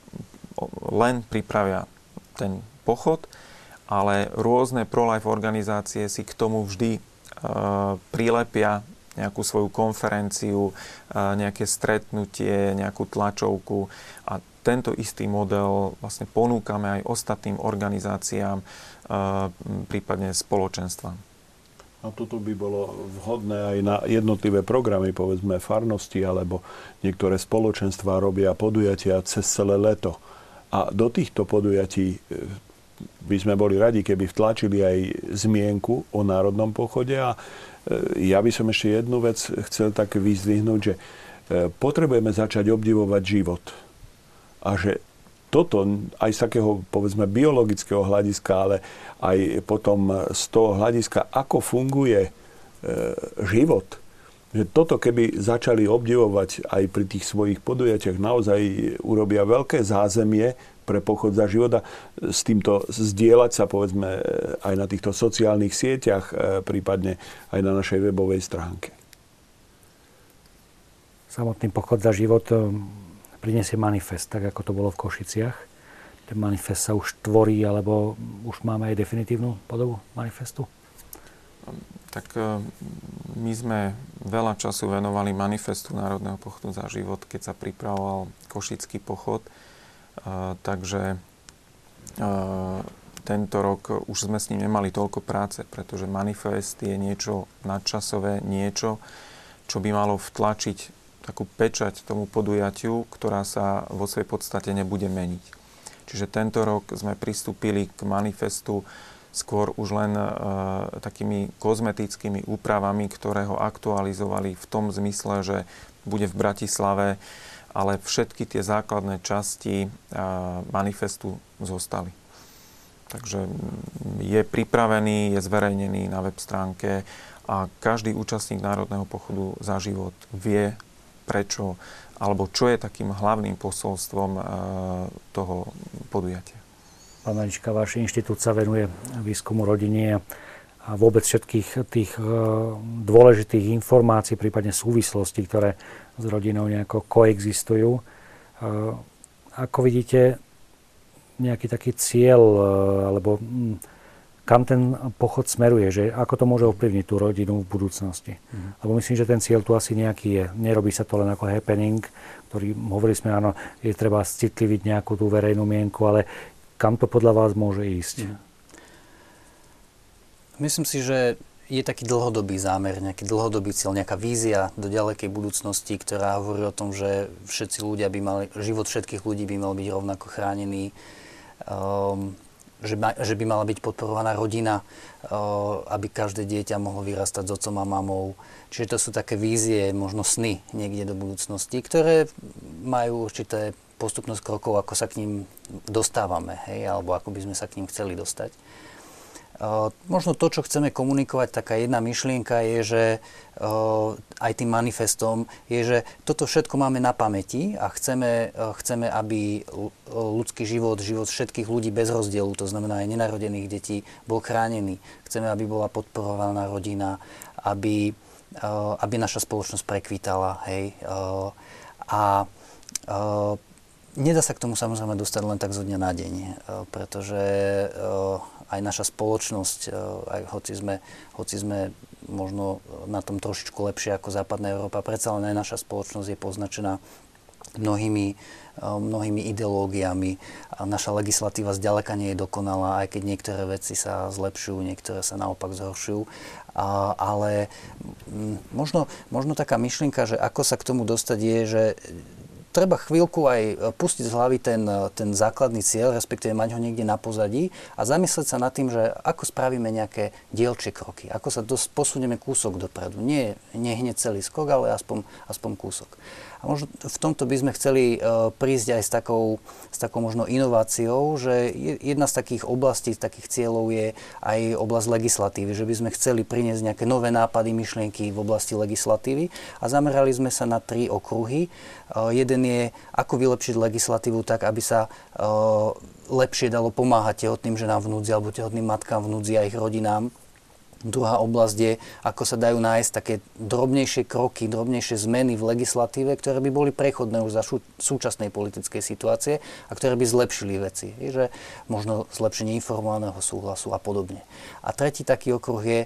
len pripravia ten pochod, ale rôzne pro-life organizácie si k tomu vždy prilepia nejakú svoju konferenciu, nejaké stretnutie, nejakú tlačovku a tento istý model vlastne ponúkame aj ostatným organizáciám, prípadne spoločenstva. A toto by bolo vhodné aj na jednotlivé programy, povedzme farnosti, alebo niektoré spoločenstvá robia podujatia cez celé leto. A do týchto podujatí by sme boli radi, keby vtlačili aj zmienku o národnom pochode. A ja by som ešte jednu vec chcel tak vyzdvihnúť, že potrebujeme začať obdivovať život. A že toto aj z takého, povedzme, biologického hľadiska, ale aj potom z toho hľadiska, ako funguje život, že toto keby začali obdivovať aj pri tých svojich podujatiach, naozaj urobia veľké zázemie pre pochod za život a s týmto zdieľať sa, povedzme, aj na týchto sociálnych sieťach, prípadne aj na našej webovej stránke. Samotný pochod za život prinesie manifest, tak ako to bolo v Košiciach. Ten manifest sa už tvorí, alebo už máme aj definitívnu podobu manifestu? Tak my sme veľa času venovali manifestu Národného pochodu za život, keď sa pripravoval Košický pochod. Takže tento rok už sme s ním nemali toľko práce, pretože manifest je niečo nadčasové, niečo, čo by malo vtlačiť takú pečať tomu podujatiu, ktorá sa vo svojej podstate nebude meniť. Čiže tento rok sme pristúpili k manifestu skôr už len takými kozmetickými úpravami, ktoré ho aktualizovali v tom zmysle, že bude v Bratislave, ale všetky tie základné časti manifestu zostali. Takže je pripravený, je zverejnený na web stránke a každý účastník Národného pochodu za život vie, prečo, alebo čo je takým hlavným posolstvom toho podujatia. Pán Malička, váš inštitút sa venuje výskumu rodiny a vôbec všetkých tých dôležitých informácií, prípadne súvislostí, ktoré s rodinou nejako koexistujú. Ako vidíte nejaký taký cieľ, alebo kam ten pochod smeruje, že ako to môže ovplyvniť tú rodinu v budúcnosti? Lebo myslím, že ten cieľ tu asi nejaký je. Nerobí sa to len ako happening, ktorý, hovorili sme, áno, je treba citliviť nejakú tú verejnú mienku, ale kam to podľa vás môže ísť? Myslím si, že je taký dlhodobý zámer, nejaký dlhodobý cieľ, nejaká vízia do ďalekej budúcnosti, ktorá hovorí o tom, že všetci ľudia by mali, život všetkých ľudí by mal byť rovnako chránený, že by mala byť podporovaná rodina, aby každé dieťa mohlo vyrastať s otcom a mamou. Čiže to sú také vízie, možno sny niekde do budúcnosti, ktoré majú určité postupnosť krokov, ako sa k ním dostávame, hej, alebo ako by sme sa k ním chceli dostať. Možno to, čo chceme komunikovať, taká jedna myšlienka je, že aj tým manifestom je, že toto všetko máme na pamäti a chceme, aby ľudský život všetkých ľudí bez rozdielu, to znamená aj nenarodených detí, bol chránený. Chceme, aby bola podporovaná rodina, aby naša spoločnosť prekvítala. Hej. Nedá sa k tomu samozrejme dostať len tak zo dňa na deň, pretože aj naša spoločnosť, aj hoci sme možno na tom trošičku lepšie ako západná Európa, predsa len aj naša spoločnosť je poznačená mnohými ideológiami. A naša legislatíva zďaleka nie je dokonalá, aj keď niektoré veci sa zlepšujú, niektoré sa naopak zhoršujú. Ale možno taká myšlienka, že ako sa k tomu dostať je, že treba chvíľku aj pustiť z hlavy ten základný cieľ, respektíve mať ho niekde na pozadí a zamyslieť sa nad tým, že ako spravíme nejaké dielčie kroky, ako sa posunieme kúsok dopredu. Nie hneď celý skok, ale aspoň kúsok. A možno v tomto by sme chceli prísť aj s takou možno inováciou, že jedna z takých oblastí, z takých cieľov je aj oblasť legislatívy, že by sme chceli priniesť nejaké nové nápady, myšlienky v oblasti legislatívy a zamerali sme sa na 3 okruhy. Jeden je, ako vylepšiť legislatívu tak, aby sa lepšie dalo pomáhať tehotným ženám v núdzi alebo tehotným matkám v núdzi a ich rodinám. Druhá oblasť je, ako sa dajú nájsť také drobnejšie kroky, drobnejšie zmeny v legislatíve, ktoré by boli prechodné už za súčasnej politickej situácie a ktoré by zlepšili veci. Že možno zlepšenie informovaného súhlasu a podobne. A tretí taký okruh je,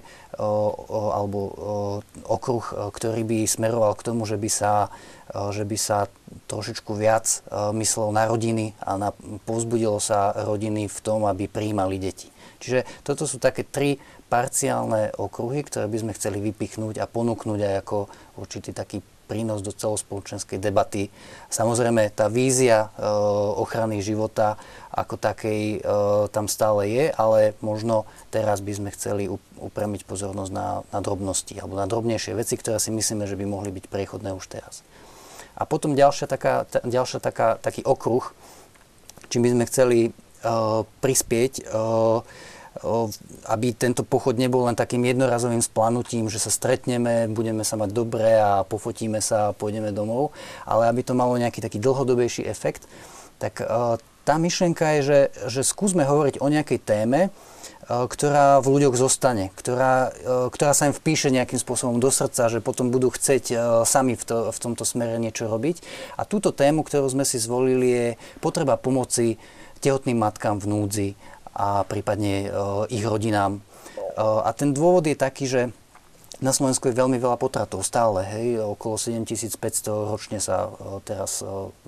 okruh, ktorý by smeroval k tomu, že by sa trošičku viac myslelo na rodiny a povzbudilo sa rodiny v tom, aby prijímali deti. Čiže toto sú také 3 parciálne okruhy, ktoré by sme chceli vypichnúť a ponúknuť aj ako určitý taký prínos do celospoločenskej debaty. Samozrejme, tá vízia ochrany života ako takej tam stále je, ale možno teraz by sme chceli upriamiť pozornosť na drobnosti alebo na drobnejšie veci, ktoré si myslíme, že by mohli byť priechodné už teraz. A potom taký okruh, čím by sme chceli prispieť, aby tento pochod nebol len takým jednorazovým splanutím, že sa stretneme, budeme sa mať dobre a pofotíme sa a pôjdeme domov, ale aby to malo nejaký taký dlhodobejší efekt, tak tá myšlienka je, že skúsme hovoriť o nejakej téme, ktorá v ľuďoch zostane, ktorá sa im vpíše nejakým spôsobom do srdca, že potom budú chcieť sami v tomto smere niečo robiť. A túto tému, ktorú sme si zvolili, je potreba pomoci tehotným matkám v núdzi a prípadne ich rodinám. A ten dôvod je taký, že na Slovensku je veľmi veľa potratov stále. Hej? Okolo 7500 ročne sa teraz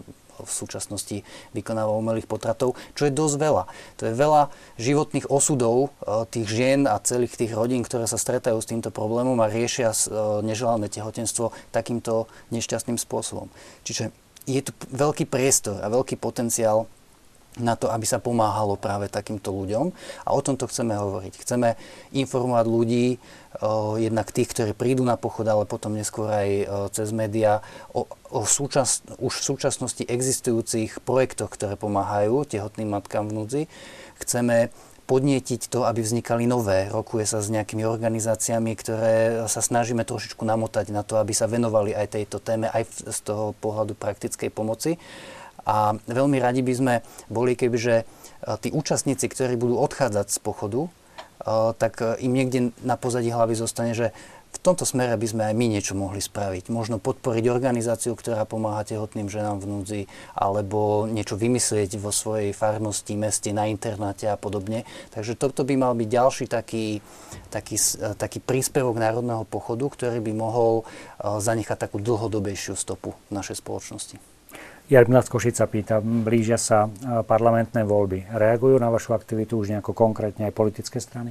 v súčasnosti vykonáva umelých potratov, čo je dosť veľa. To je veľa životných osudov tých žien a celých tých rodín, ktoré sa stretajú s týmto problémom a riešia neželané tehotenstvo takýmto nešťastným spôsobom. Čiže je tu veľký priestor a veľký potenciál na to, aby sa pomáhalo práve takýmto ľuďom. A o tomto chceme hovoriť. Chceme informovať ľudí, jednak tých, ktorí prídu na pochod, ale potom neskôr aj cez médiá, už v súčasnosti existujúcich projektoch, ktoré pomáhajú tehotným matkám v núdzi. Chceme podnietiť to, aby vznikali nové. Rokuje sa s nejakými organizáciami, ktoré sa snažíme trošičku namotať na to, aby sa venovali aj tejto téme, aj z toho pohľadu praktickej pomoci. A veľmi radi by sme boli, kebyže tí účastníci, ktorí budú odchádzať z pochodu, tak im niekde na pozadí hlavy zostane, že v tomto smere by sme aj my niečo mohli spraviť. Možno podporiť organizáciu, ktorá pomáha tehotným ženám v núdzi, alebo niečo vymyslieť vo svojej farnosti, meste, na internáte a podobne. Takže toto by mal byť ďalší taký príspevok Národného pochodu, ktorý by mohol zanechať takú dlhodobejšiu stopu v našej spoločnosti. Jarmila z Košic sa pýta, blížia sa parlamentné voľby. Reagujú na vašu aktivitu už nejako konkrétne aj politické strany?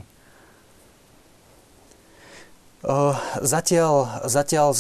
Zatiaľ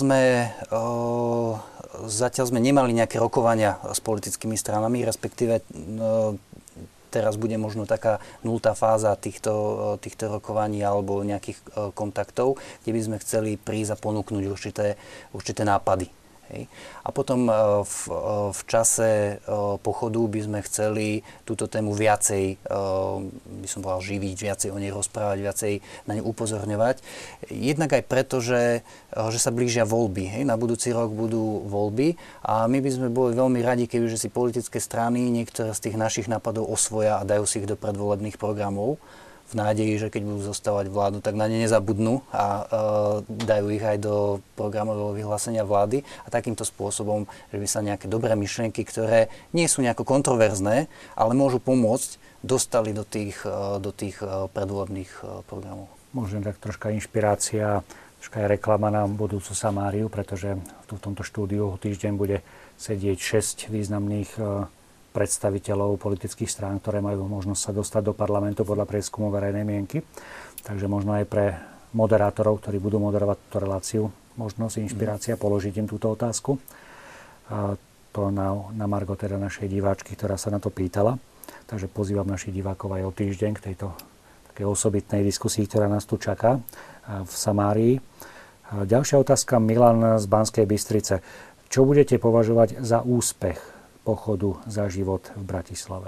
sme nemali nejaké rokovania s politickými stranami, respektíve teraz bude možno taká nultá fáza týchto rokovaní alebo nejakých kontaktov, kde by sme chceli prísť a ponúknuť určité nápady. Hej. A potom v čase pochodu by sme chceli túto tému viacej, by som povedal, živiť, viacej o nej rozprávať, viacej na ňu upozorňovať. Jednak aj preto, že sa blížia voľby. Hej. Na budúci rok budú voľby a my by sme boli veľmi radi, kebyže si politické strany niektoré z tých našich nápadov osvoja a dajú si ich do predvolebných programov, v nádeji, že keď budú zostávať vládu, tak na ne nezabudnú a dajú ich aj do programového vyhlásenia vlády a takýmto spôsobom, že by sa nejaké dobré myšlienky, ktoré nie sú nejako kontroverzné, ale môžu pomôcť, dostali do tých predvolebných programov. Možno tak troška inšpirácia, troška aj reklama na budúcu Samáriu, pretože tu v tomto štúdiu o týždeň bude sedieť 6 významných predstaviteľov politických strán, ktoré majú možnosť sa dostať do parlamentu podľa prieskumu verejnej mienky. Takže možno aj pre moderátorov, ktorí budú moderovať túto reláciu, možnosť, inšpirácia, položiť im túto otázku. A to na margo teda našej diváčky, ktorá sa na to pýtala. Takže pozývam našich divákov aj o týždeň k tejto takej osobitnej diskusii, ktorá nás tu čaká v Samárii. A ďalšia otázka, Milan z Banskej Bystrice. Čo budete považovať za úspech pochodu za život v Bratislave?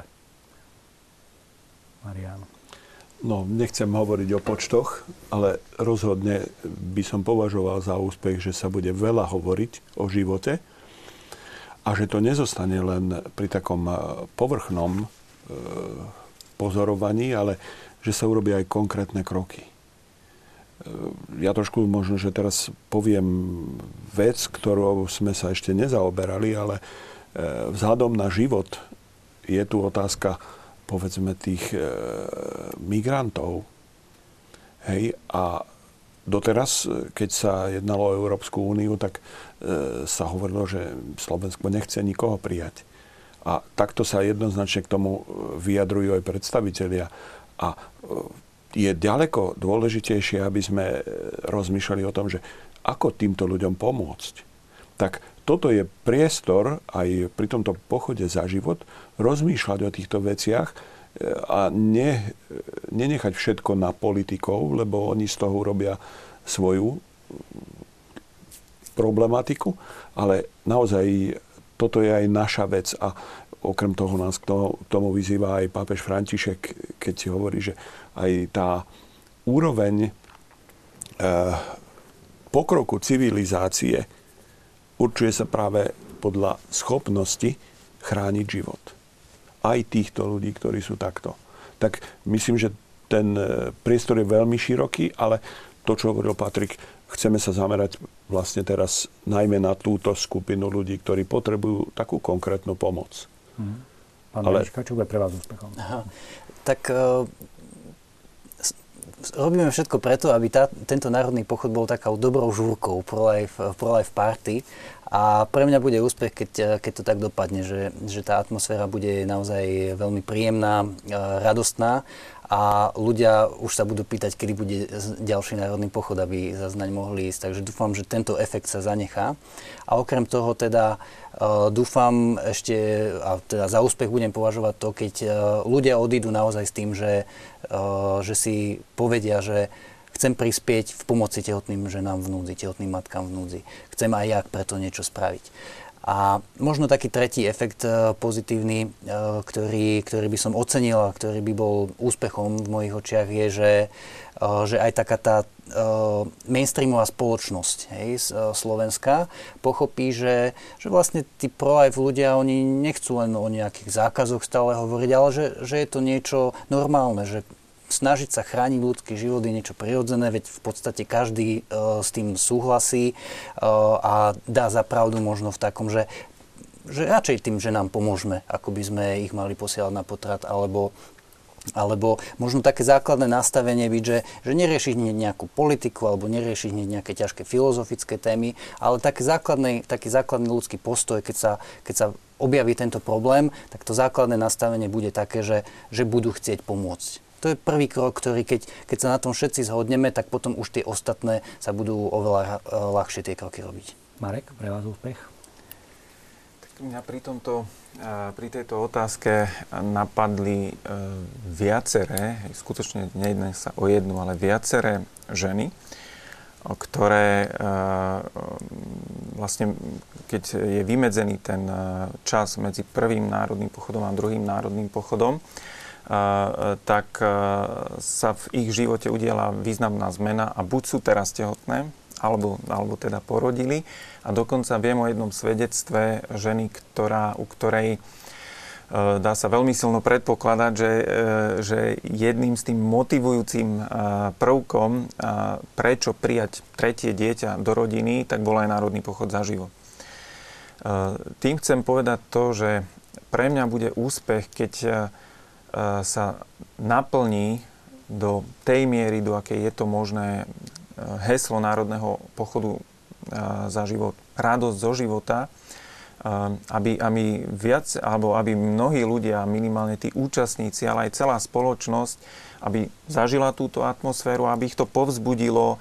Marián. No, nechcem hovoriť o počtoch, ale rozhodne by som považoval za úspech, že sa bude veľa hovoriť o živote a že to nezostane len pri takom povrchnom pozorovaní, ale že sa urobia aj konkrétne kroky. Ja trošku možno, že teraz poviem vec, ktorou sme sa ešte nezaoberali, ale vzhľadom na život je tu otázka, povedzme, tých migrantov. Hej, a doteraz, keď sa jednalo o Európsku úniu, tak sa hovorilo, že Slovensko nechce nikoho prijať. A takto sa jednoznačne k tomu vyjadrujú aj predstavitelia. A je ďaleko dôležitejšie, aby sme rozmýšľali o tom, že ako týmto ľuďom pomôcť. Tak toto je priestor aj pri tomto pochode za život rozmýšľať o týchto veciach a nenechať všetko na politikov, lebo oni z toho urobia svoju problematiku, ale naozaj toto je aj naša vec a okrem toho nás k tomu vyzýva aj pápež František, keď si hovorí, že aj tá úroveň pokroku civilizácie určuje sa práve podľa schopnosti chrániť život. Aj týchto ľudí, ktorí sú takto. Tak myslím, že ten priestor je veľmi široký, ale to, čo hovoril Patrik, chceme sa zamerať vlastne teraz najmä na túto skupinu ľudí, ktorí potrebujú takú konkrétnu pomoc. Pán Menička, čo bude pre vás úspechom? Tak robíme všetko preto, aby tento národný pochod bol takou dobrou žúrkou pro life party A pre mňa bude úspech, keď to tak dopadne, že tá atmosféra bude naozaj veľmi príjemná, radostná a ľudia už sa budú pýtať, kedy bude ďalší národný pochod, aby zase naň mohli ísť. Takže dúfam, že tento efekt sa zanechá. A okrem toho teda dúfam ešte, a teda za úspech budem považovať to, keď ľudia odídu naozaj s tým, že si povedia, že chcem prispieť v pomoci tehotným ženám v núdzi, tehotným matkám v núdzi. Chcem aj ja preto niečo spraviť. A možno taký tretí efekt pozitívny, ktorý by som ocenil a ktorý by bol úspechom v mojich očiach, je, že aj taká tá mainstreamová spoločnosť, slovenská, pochopí, že vlastne tí pro-life ľudia, oni nechcú len o nejakých zákazoch stále hovoriť, ale že je to niečo normálne, že snažiť sa chrániť ľudský život je niečo prirodzené, veď v podstate každý s tým súhlasí a dá za pravdu možno v takom, že radšej tým ženám pomôžeme, ako by sme ich mali posielať na potrat, alebo možno také základné nastavenie byť, že neriešiť nejakú politiku alebo neriešiť nejaké ťažké filozofické témy, ale taký základný ľudský postoj, keď sa objaví tento problém, tak to základné nastavenie bude také, že budú chcieť pomôcť. To je prvý krok, ktorý keď sa na tom všetci zhodneme, tak potom už tie ostatné sa budú oveľa ľahšie tie kroky robiť. Marek, pre vás úspech? Tak mňa pri tejto otázke napadli viaceré, skutočne nejedná sa o jednu, ale viaceré ženy, ktoré vlastne, keď je vymedzený ten čas medzi prvým národným pochodom a druhým národným pochodom, tak sa v ich živote udiela významná zmena a buď sú teraz tehotné, alebo teda porodili. A dokonca viem o jednom svedectve ženy, u ktorej dá sa veľmi silno predpokladať, že jedným z tým motivujúcim prvkom, prečo prijať tretie dieťa do rodiny, tak bol aj národný pochod za život. Tým chcem povedať to, že pre mňa bude úspech, keď sa naplní do tej miery, do akej je to možné, heslo národného pochodu za život, radosť zo života, aby mnohí ľudia, minimálne tí účastníci, ale aj celá spoločnosť, aby zažila túto atmosféru, aby ich to povzbudilo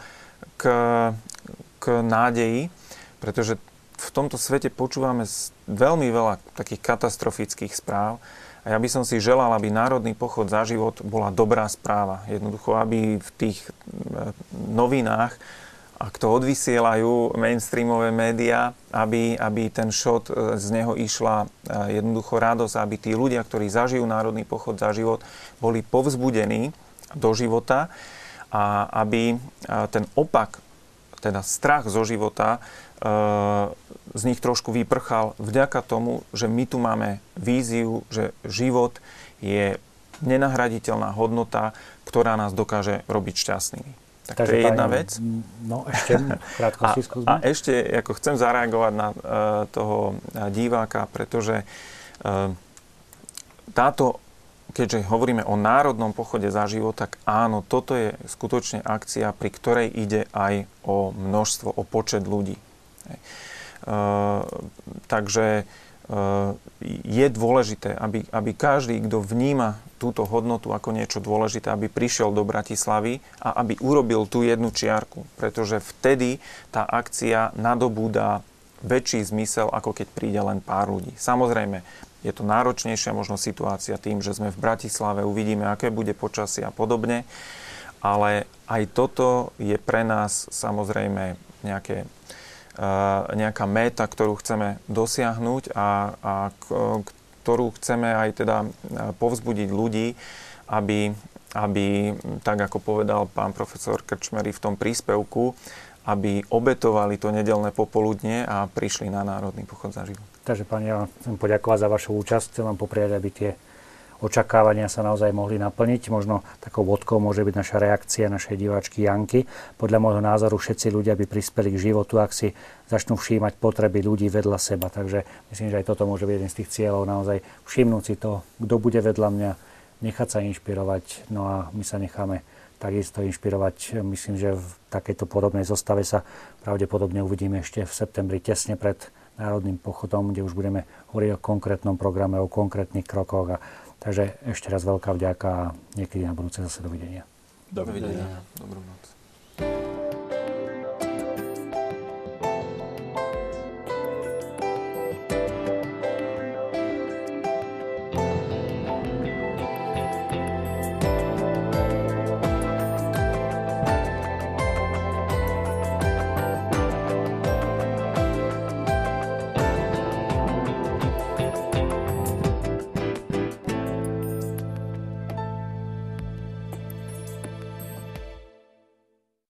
k nádeji, pretože v tomto svete počúvame veľmi veľa takých katastrofických správ. A ja by som si želal, aby národný pochod za život bola dobrá správa. Jednoducho, aby v tých novinách, ak to odvysielajú mainstreamové médiá, aby ten šot z neho išla jednoducho radosť, aby tí ľudia, ktorí zažijú národný pochod za život, boli povzbudení do života a aby ten opak, teda strach zo života, z nich trošku vyprchal vďaka tomu, že my tu máme víziu, že život je nenahraditeľná hodnota, ktorá nás dokáže robiť šťastnými. Tak to je jedna vec. No ešte, krátko si skúsme. A ešte ako chcem zareagovať na toho diváka, pretože keďže hovoríme o národnom pochode za život, tak áno, toto je skutočne akcia, pri ktorej ide aj o množstvo, o počet ľudí. Takže je dôležité, aby každý, kto vníma túto hodnotu ako niečo dôležité, aby prišiel do Bratislavy a aby urobil tú jednu čiarku, pretože vtedy tá akcia nadobúda väčší zmysel, ako keď príde len pár ľudí. Samozrejme, je to náročnejšia možno situácia tým, že sme v Bratislave, uvidíme, aké bude počasie a podobne, ale aj toto je pre nás samozrejme nejaká méta, ktorú chceme dosiahnuť a ktorú chceme aj teda povzbudiť ľudí, aby tak ako povedal pán profesor Krčmery v tom príspevku, aby obetovali to nedeľné popoludnie a prišli na národný pochod za život. Takže pani, ja chcem poďakovať za vašu účasť. Chcem vám popriať, aby tie očakávania sa naozaj mohli naplniť. Možno takou bodkou môže byť naša reakcia našej diváčky Janky. Podľa môjho názoru všetci ľudia by prispeli k životu, ak si začnú všímať potreby ľudí vedľa seba. Takže myslím, že aj toto môže byť jeden z tých cieľov, naozaj všimnúť si to, kto bude vedľa mňa, nechať sa inšpirovať. No a my sa necháme takisto inšpirovať. Myslím, že v takejto podobnej zostave sa pravdepodobne uvidíme ešte v septembri, tesne pred Národným pochodom, kde už budeme hovoriť o konkrétnom programe, o konkrétnych krokoch. Takže ešte raz veľká vďaka a niekedy na budúce zase dovidenia. Dovidenia. Dobrú noc.